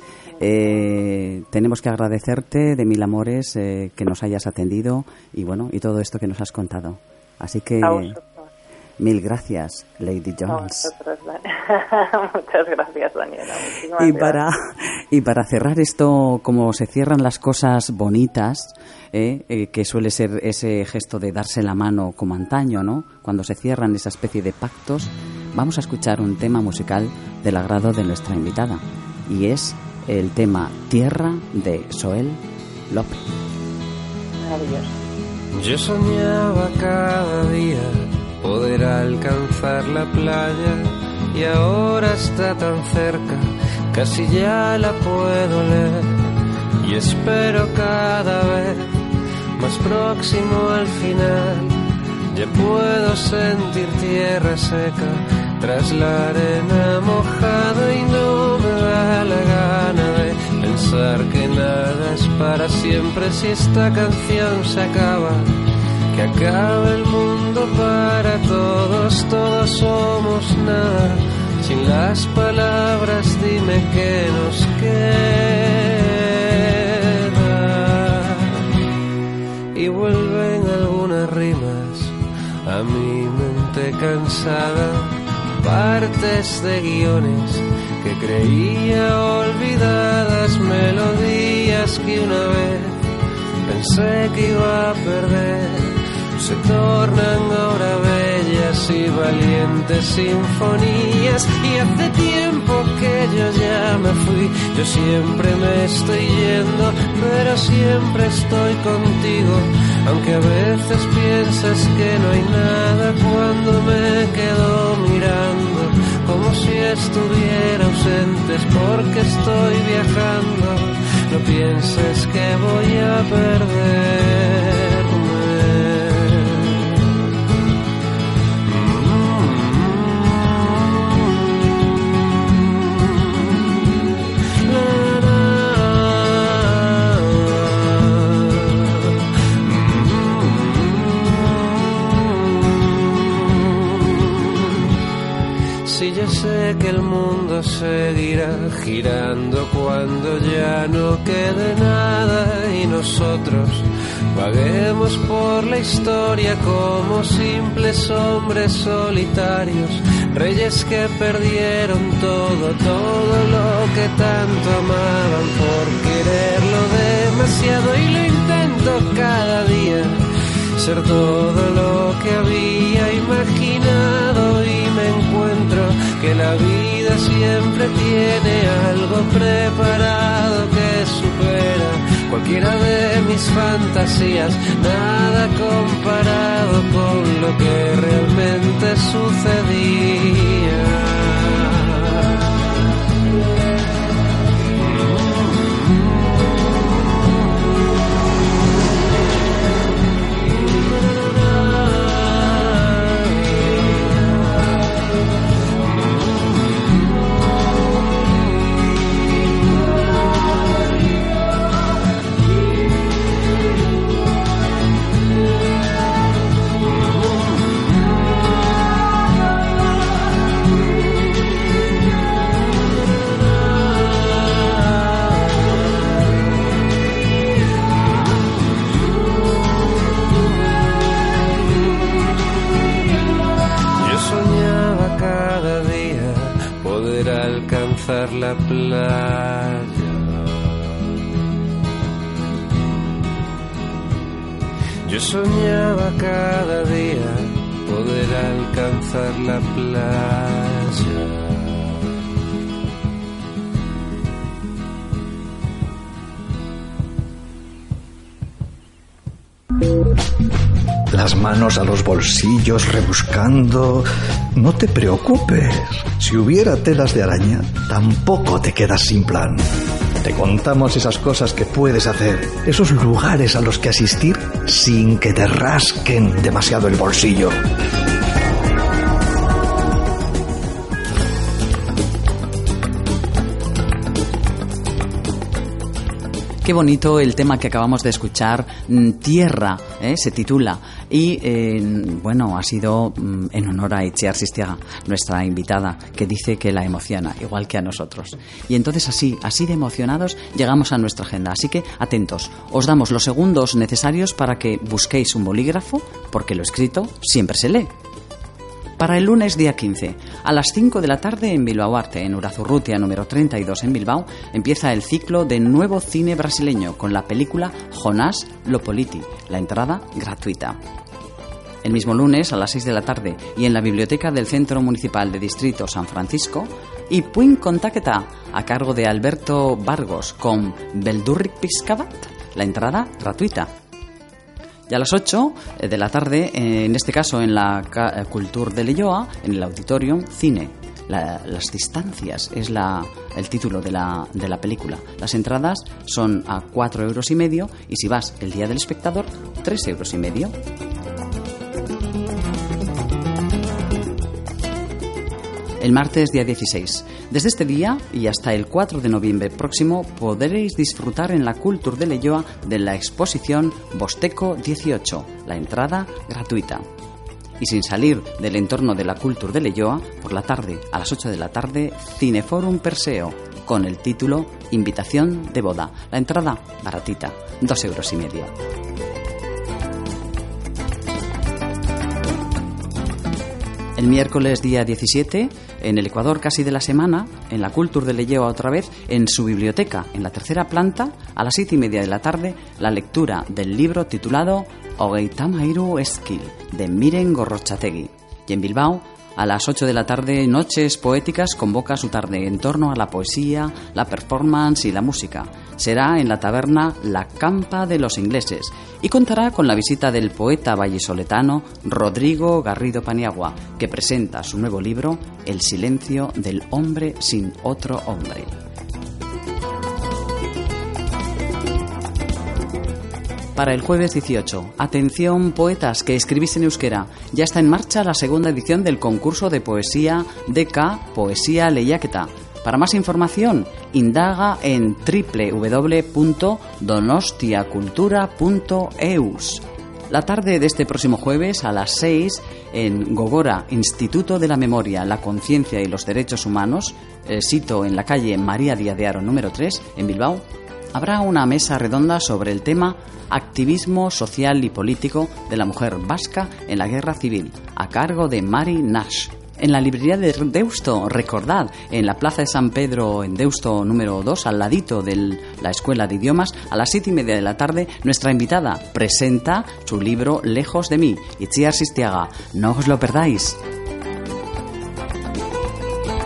Eh, tenemos que agradecerte de mil amores eh, que nos hayas atendido y bueno, y todo esto que nos has contado. Así que mil gracias, Lady Jones. Muchas gracias, Daniela. Y para, y para cerrar esto, como se cierran las cosas bonitas, eh, eh, que suele ser ese gesto de darse la mano como antaño, ¿no? Cuando se cierran esa especie de pactos, vamos a escuchar un tema musical del agrado de nuestra invitada. Y es el tema Tierra de Soel López. Maravilloso. Yo soñaba cada día poder alcanzar la playa y ahora está tan cerca, casi ya la puedo leer y espero cada vez más próximo al final. Ya puedo sentir tierra seca tras la arena mojada y no me da la gana de pensar que nada es para siempre. Si esta canción se acaba, que acabe el mundo para todos, todos somos nada. Sin las palabras dime qué nos queda. Y vuelven algunas rimas a mi mente cansada, partes de guiones que creía olvidadas, melodías que una vez pensé que iba a perder, se tornan ahora bellas y valientes sinfonías. Y hace tiempo que yo ya me fui, yo siempre me estoy yendo, pero siempre estoy contigo, aunque a veces piensas que no hay nada cuando me quedo mirando, como si estuviera ausente, es porque estoy viajando. No pienses que voy a perderme. Si yo sé que el mundo seguirá girando cuando ya no quede nada y nosotros vaguemos por la historia como simples hombres solitarios, reyes que perdieron todo, todo lo que tanto amaban por quererlo demasiado. Y lo intento cada día, ser todo lo que había imaginado, y me encuentro que la vida siempre tiene algo preparado que supera cualquiera de mis fantasías, nada comparado con lo que realmente sucedía. La playa. Yo soñaba cada día poder alcanzar la playa. Las manos a los bolsillos rebuscando. No te preocupes. Si hubiera telas de araña, tampoco te quedas sin plan. Te contamos esas cosas que puedes hacer, esos lugares a los que asistir sin que te rasquen demasiado el bolsillo. Qué bonito el tema que acabamos de escuchar, Tierra, ¿eh? Se titula. Y, eh, bueno, ha sido mm, en honor a Itziar Sistiaga, nuestra invitada, que dice que la emociona, igual que a nosotros. Y entonces así, así de emocionados, llegamos a nuestra agenda. Así que, atentos, os damos los segundos necesarios para que busquéis un bolígrafo, porque lo escrito siempre se lee. Para el lunes día quince, a las cinco de la tarde en Bilbao Arte, en Urazurrutia número treinta y dos en Bilbao, empieza el ciclo de nuevo cine brasileño con la película Jonás Lopoliti, la entrada gratuita. El mismo lunes a las seis de la tarde y en la biblioteca del Centro Municipal de Distrito San Francisco, y Puin Kontaketa, a cargo de Alberto Vargos con Beldurrik Pizkabat, la entrada gratuita. Y a las ocho de la tarde, en este caso en la Cultur de Leioa, en el Auditorium, cine. La, las distancias es la, el título de la, de la película. Las entradas son a cuatro euros y medio y si vas el día del espectador, tres euros y medio. El martes día dieciséis. Desde este día y hasta el cuatro de noviembre próximo podréis disfrutar en la Cultur de Leioa de la exposición Bosteco dieciocho, la entrada gratuita. Y sin salir del entorno de la Cultur de Leioa, por la tarde, a las ocho de la tarde, Cineforum Perseo, con el título Invitación de boda. La entrada baratita, dos euros y medio. El miércoles día diecisiete, en el Ecuador casi de la semana, en la Cultur de Leioa otra vez, en su biblioteca, en la tercera planta, a las siete y media de la tarde, la lectura del libro titulado Ogeitama-hiru Eskil, de Miren Gorrotxategi. Y en Bilbao, a las ocho de la tarde, Noches Poéticas convoca su tarde en torno a la poesía, la performance y la música. Será en la taberna La Campa de los Ingleses y contará con la visita del poeta vallisoletano Rodrigo Garrido Paniagua, que presenta su nuevo libro El silencio del hombre sin otro hombre. Para el jueves dieciocho, atención poetas que escribís en euskera, ya está en marcha la segunda edición del concurso de poesía D K Poesía Lehiaketa. Para más información, indaga en doble u doble u doble u punto donostiacultura punto e u s. La tarde de este próximo jueves a las seis en Gogora, Instituto de la Memoria, la Conciencia y los Derechos Humanos, eh, sito en la calle María Díaz de Haro número tres en Bilbao, habrá una mesa redonda sobre el tema Activismo social y político de la mujer vasca en la guerra civil, a cargo de Mari Nash. En la librería de Deusto, recordad, en la plaza de San Pedro, en Deusto número dos, al ladito de la Escuela de Idiomas, a las siete y media de la tarde, nuestra invitada presenta su libro Lejos de mí, Itziar Sistiaga. No os lo perdáis.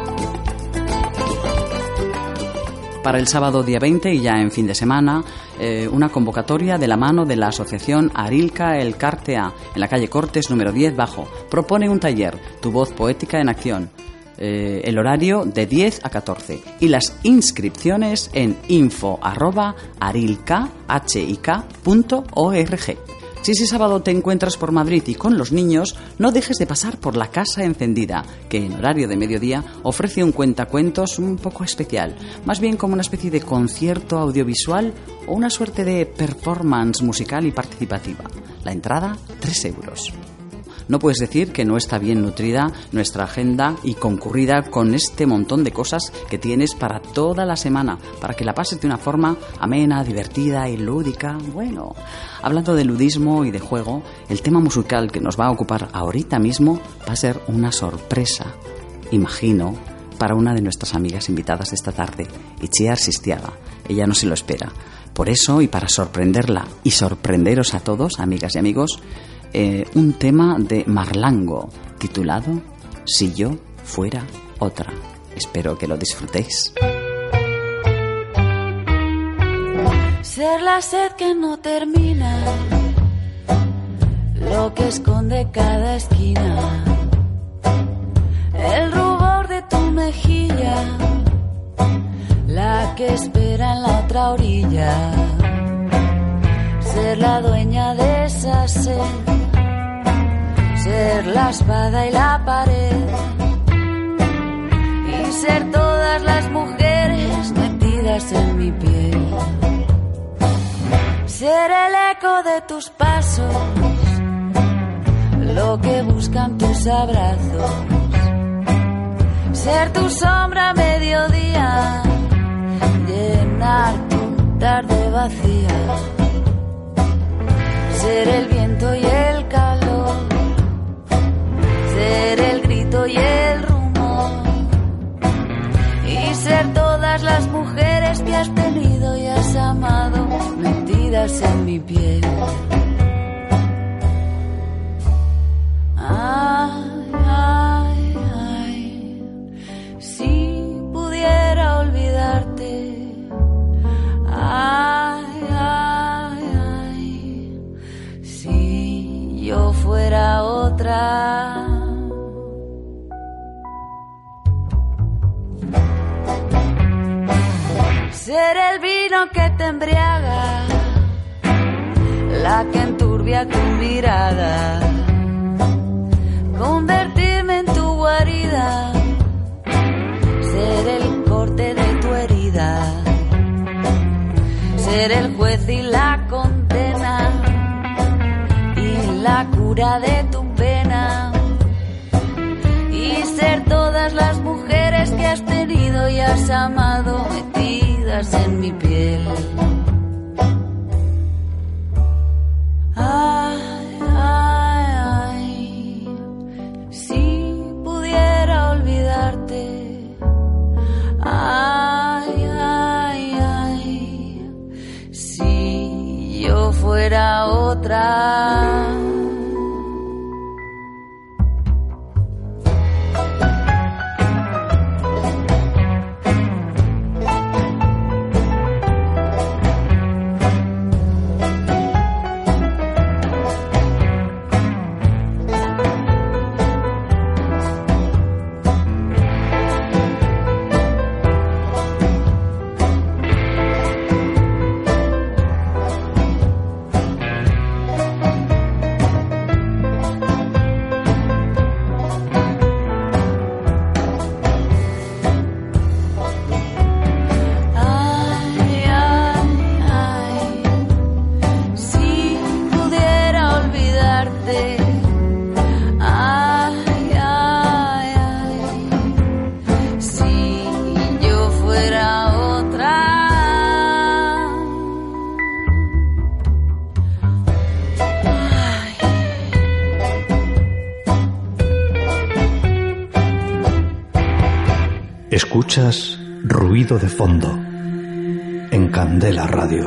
Para el sábado día veinte y ya en fin de semana, eh, una convocatoria de la mano de la asociación Arilca Elkartea en la calle Cortes número diez bajo. Propone un taller, Tu voz poética en acción. Eh, el horario de diez a catorce y las inscripciones en info arroba arilca punto org. Si ese sábado te encuentras por Madrid y con los niños, no dejes de pasar por la Casa Encendida, que en horario de mediodía ofrece un cuentacuentos un poco especial, más bien como una especie de concierto audiovisual o una suerte de performance musical y participativa. La entrada, tres euros. No puedes decir que no está bien nutrida nuestra agenda y concurrida con este montón de cosas que tienes para toda la semana, para que la pases de una forma amena, divertida y lúdica. Bueno, hablando de ludismo y de juego, el tema musical que nos va a ocupar ahorita mismo va a ser una sorpresa, imagino, para una de nuestras amigas invitadas de esta tarde, Itziar Sistiaga. Ella no se lo espera. Por eso, y para sorprenderla y sorprenderos a todos, amigas y amigos, Eh, un tema de Marlango titulado Si yo fuera otra. Espero que lo disfrutéis. Ser la sed que no termina, lo que esconde cada esquina, el rubor de tu mejilla, la que espera en la otra orilla. Ser la dueña de esa sed, ser la espada y la pared, y ser todas las mujeres metidas en mi piel. Ser el eco de tus pasos, lo que buscan tus abrazos. Ser tu sombra a mediodía, llenar tu tarde vacía. Ser el viento y el calor, ser el grito y el rumor, y ser todas las mujeres que has tenido y has amado, metidas en mi piel. Ay, ay, ay, si pudiera olvidarte. Ay, ay, ay, si yo fuera otra. Ser el vino que te embriaga, la que enturbia tu mirada, convertirme en tu guarida, ser el corte de tu herida, ser el juez y la condena, y la cura de tu pena, y ser todas las mujeres que has tenido y has amado, metidas en mi piel. Ay, ay, ay, si pudiera olvidarte. Ay, ay, ay, si yo fuera otra. Escuchas Ruido de Fondo en Candela Radio.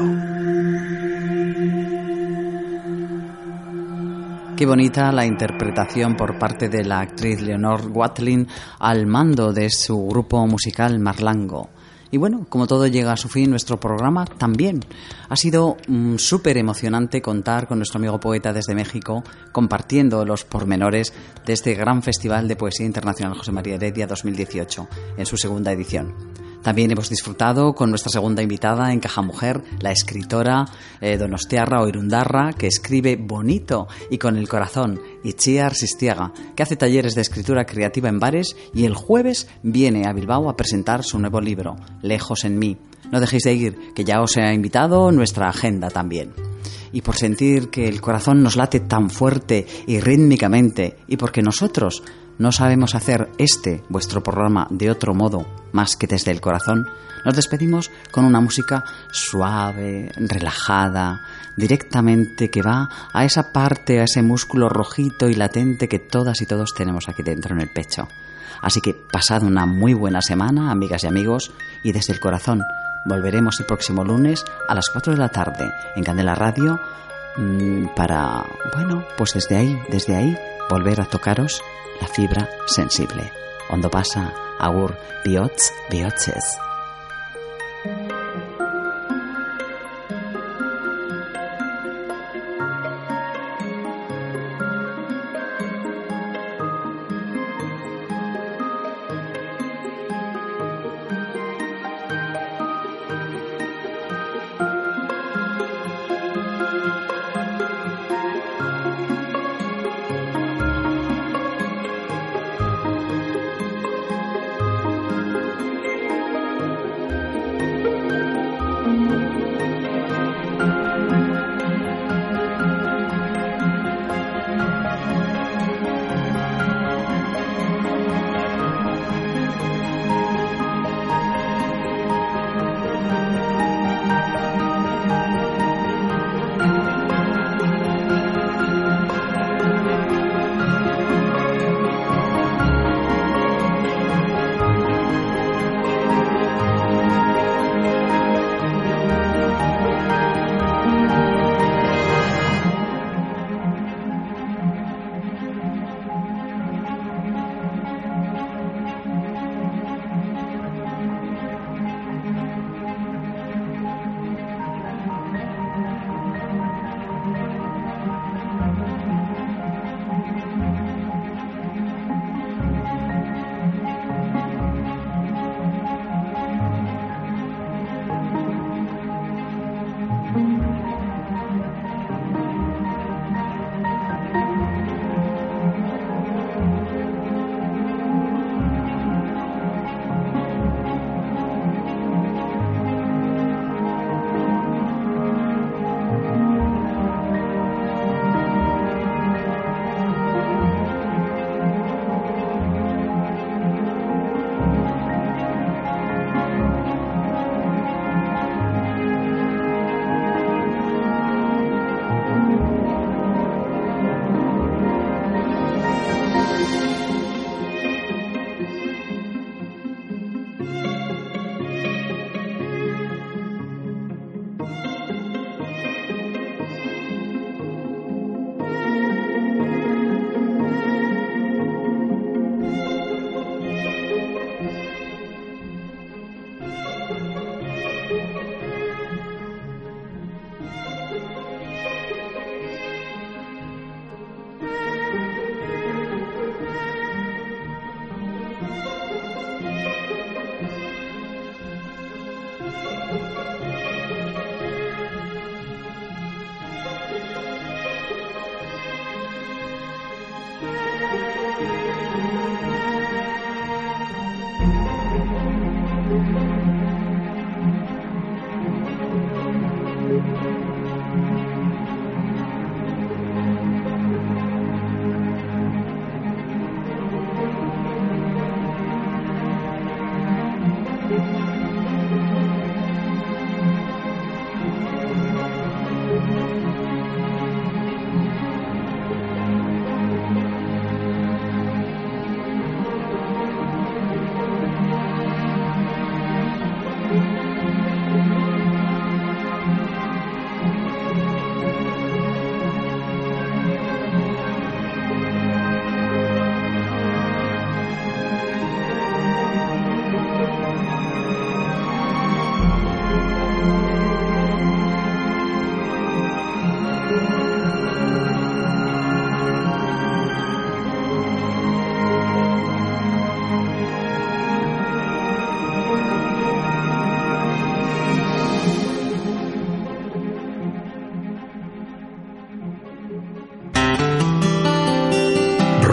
Qué bonita la interpretación por parte de la actriz Leonor Watling al mando de su grupo musical Marlango. Y bueno, como todo llega a su fin, nuestro programa también. Ha sido mm, súper emocionante contar con nuestro amigo poeta desde México, compartiendo los pormenores de este gran Festival de Poesía Internacional José María Heredia dos mil dieciocho, en su segunda edición. También hemos disfrutado con nuestra segunda invitada en Caja Mujer, la escritora eh, donostiarra o irundarra, que escribe bonito y con el corazón, Itziar Sistiaga, que hace talleres de escritura creativa en bares y el jueves viene a Bilbao a presentar su nuevo libro, Lejos en mí. No dejéis de ir, que ya os he invitado nuestra agenda también. Y por sentir que el corazón nos late tan fuerte y rítmicamente, y porque nosotros no sabemos hacer este, vuestro programa, de otro modo más que desde el corazón, nos despedimos con una música suave, relajada, directamente que va a esa parte, a ese músculo rojito y latente que todas y todos tenemos aquí dentro en el pecho. Así que pasad una muy buena semana, amigas y amigos, y desde el corazón volveremos el próximo lunes a las cuatro de la tarde en Candela Radio para, bueno, pues desde ahí, desde ahí, volver a tocaros la fibra sensible. Ondo pasa, agur, bihotz, bihotzez.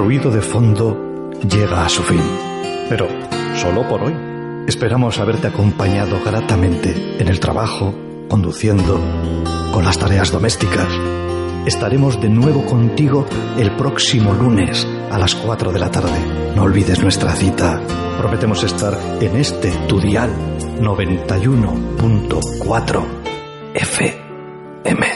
Ruido de Fondo llega a su fin, pero solo por hoy. Esperamos haberte acompañado gratamente en el trabajo, conduciendo, con las tareas domésticas. Estaremos de nuevo contigo el próximo lunes a las cuatro de la tarde. No olvides nuestra cita. Prometemos estar en este tu dial noventa y uno punto cuatro F M.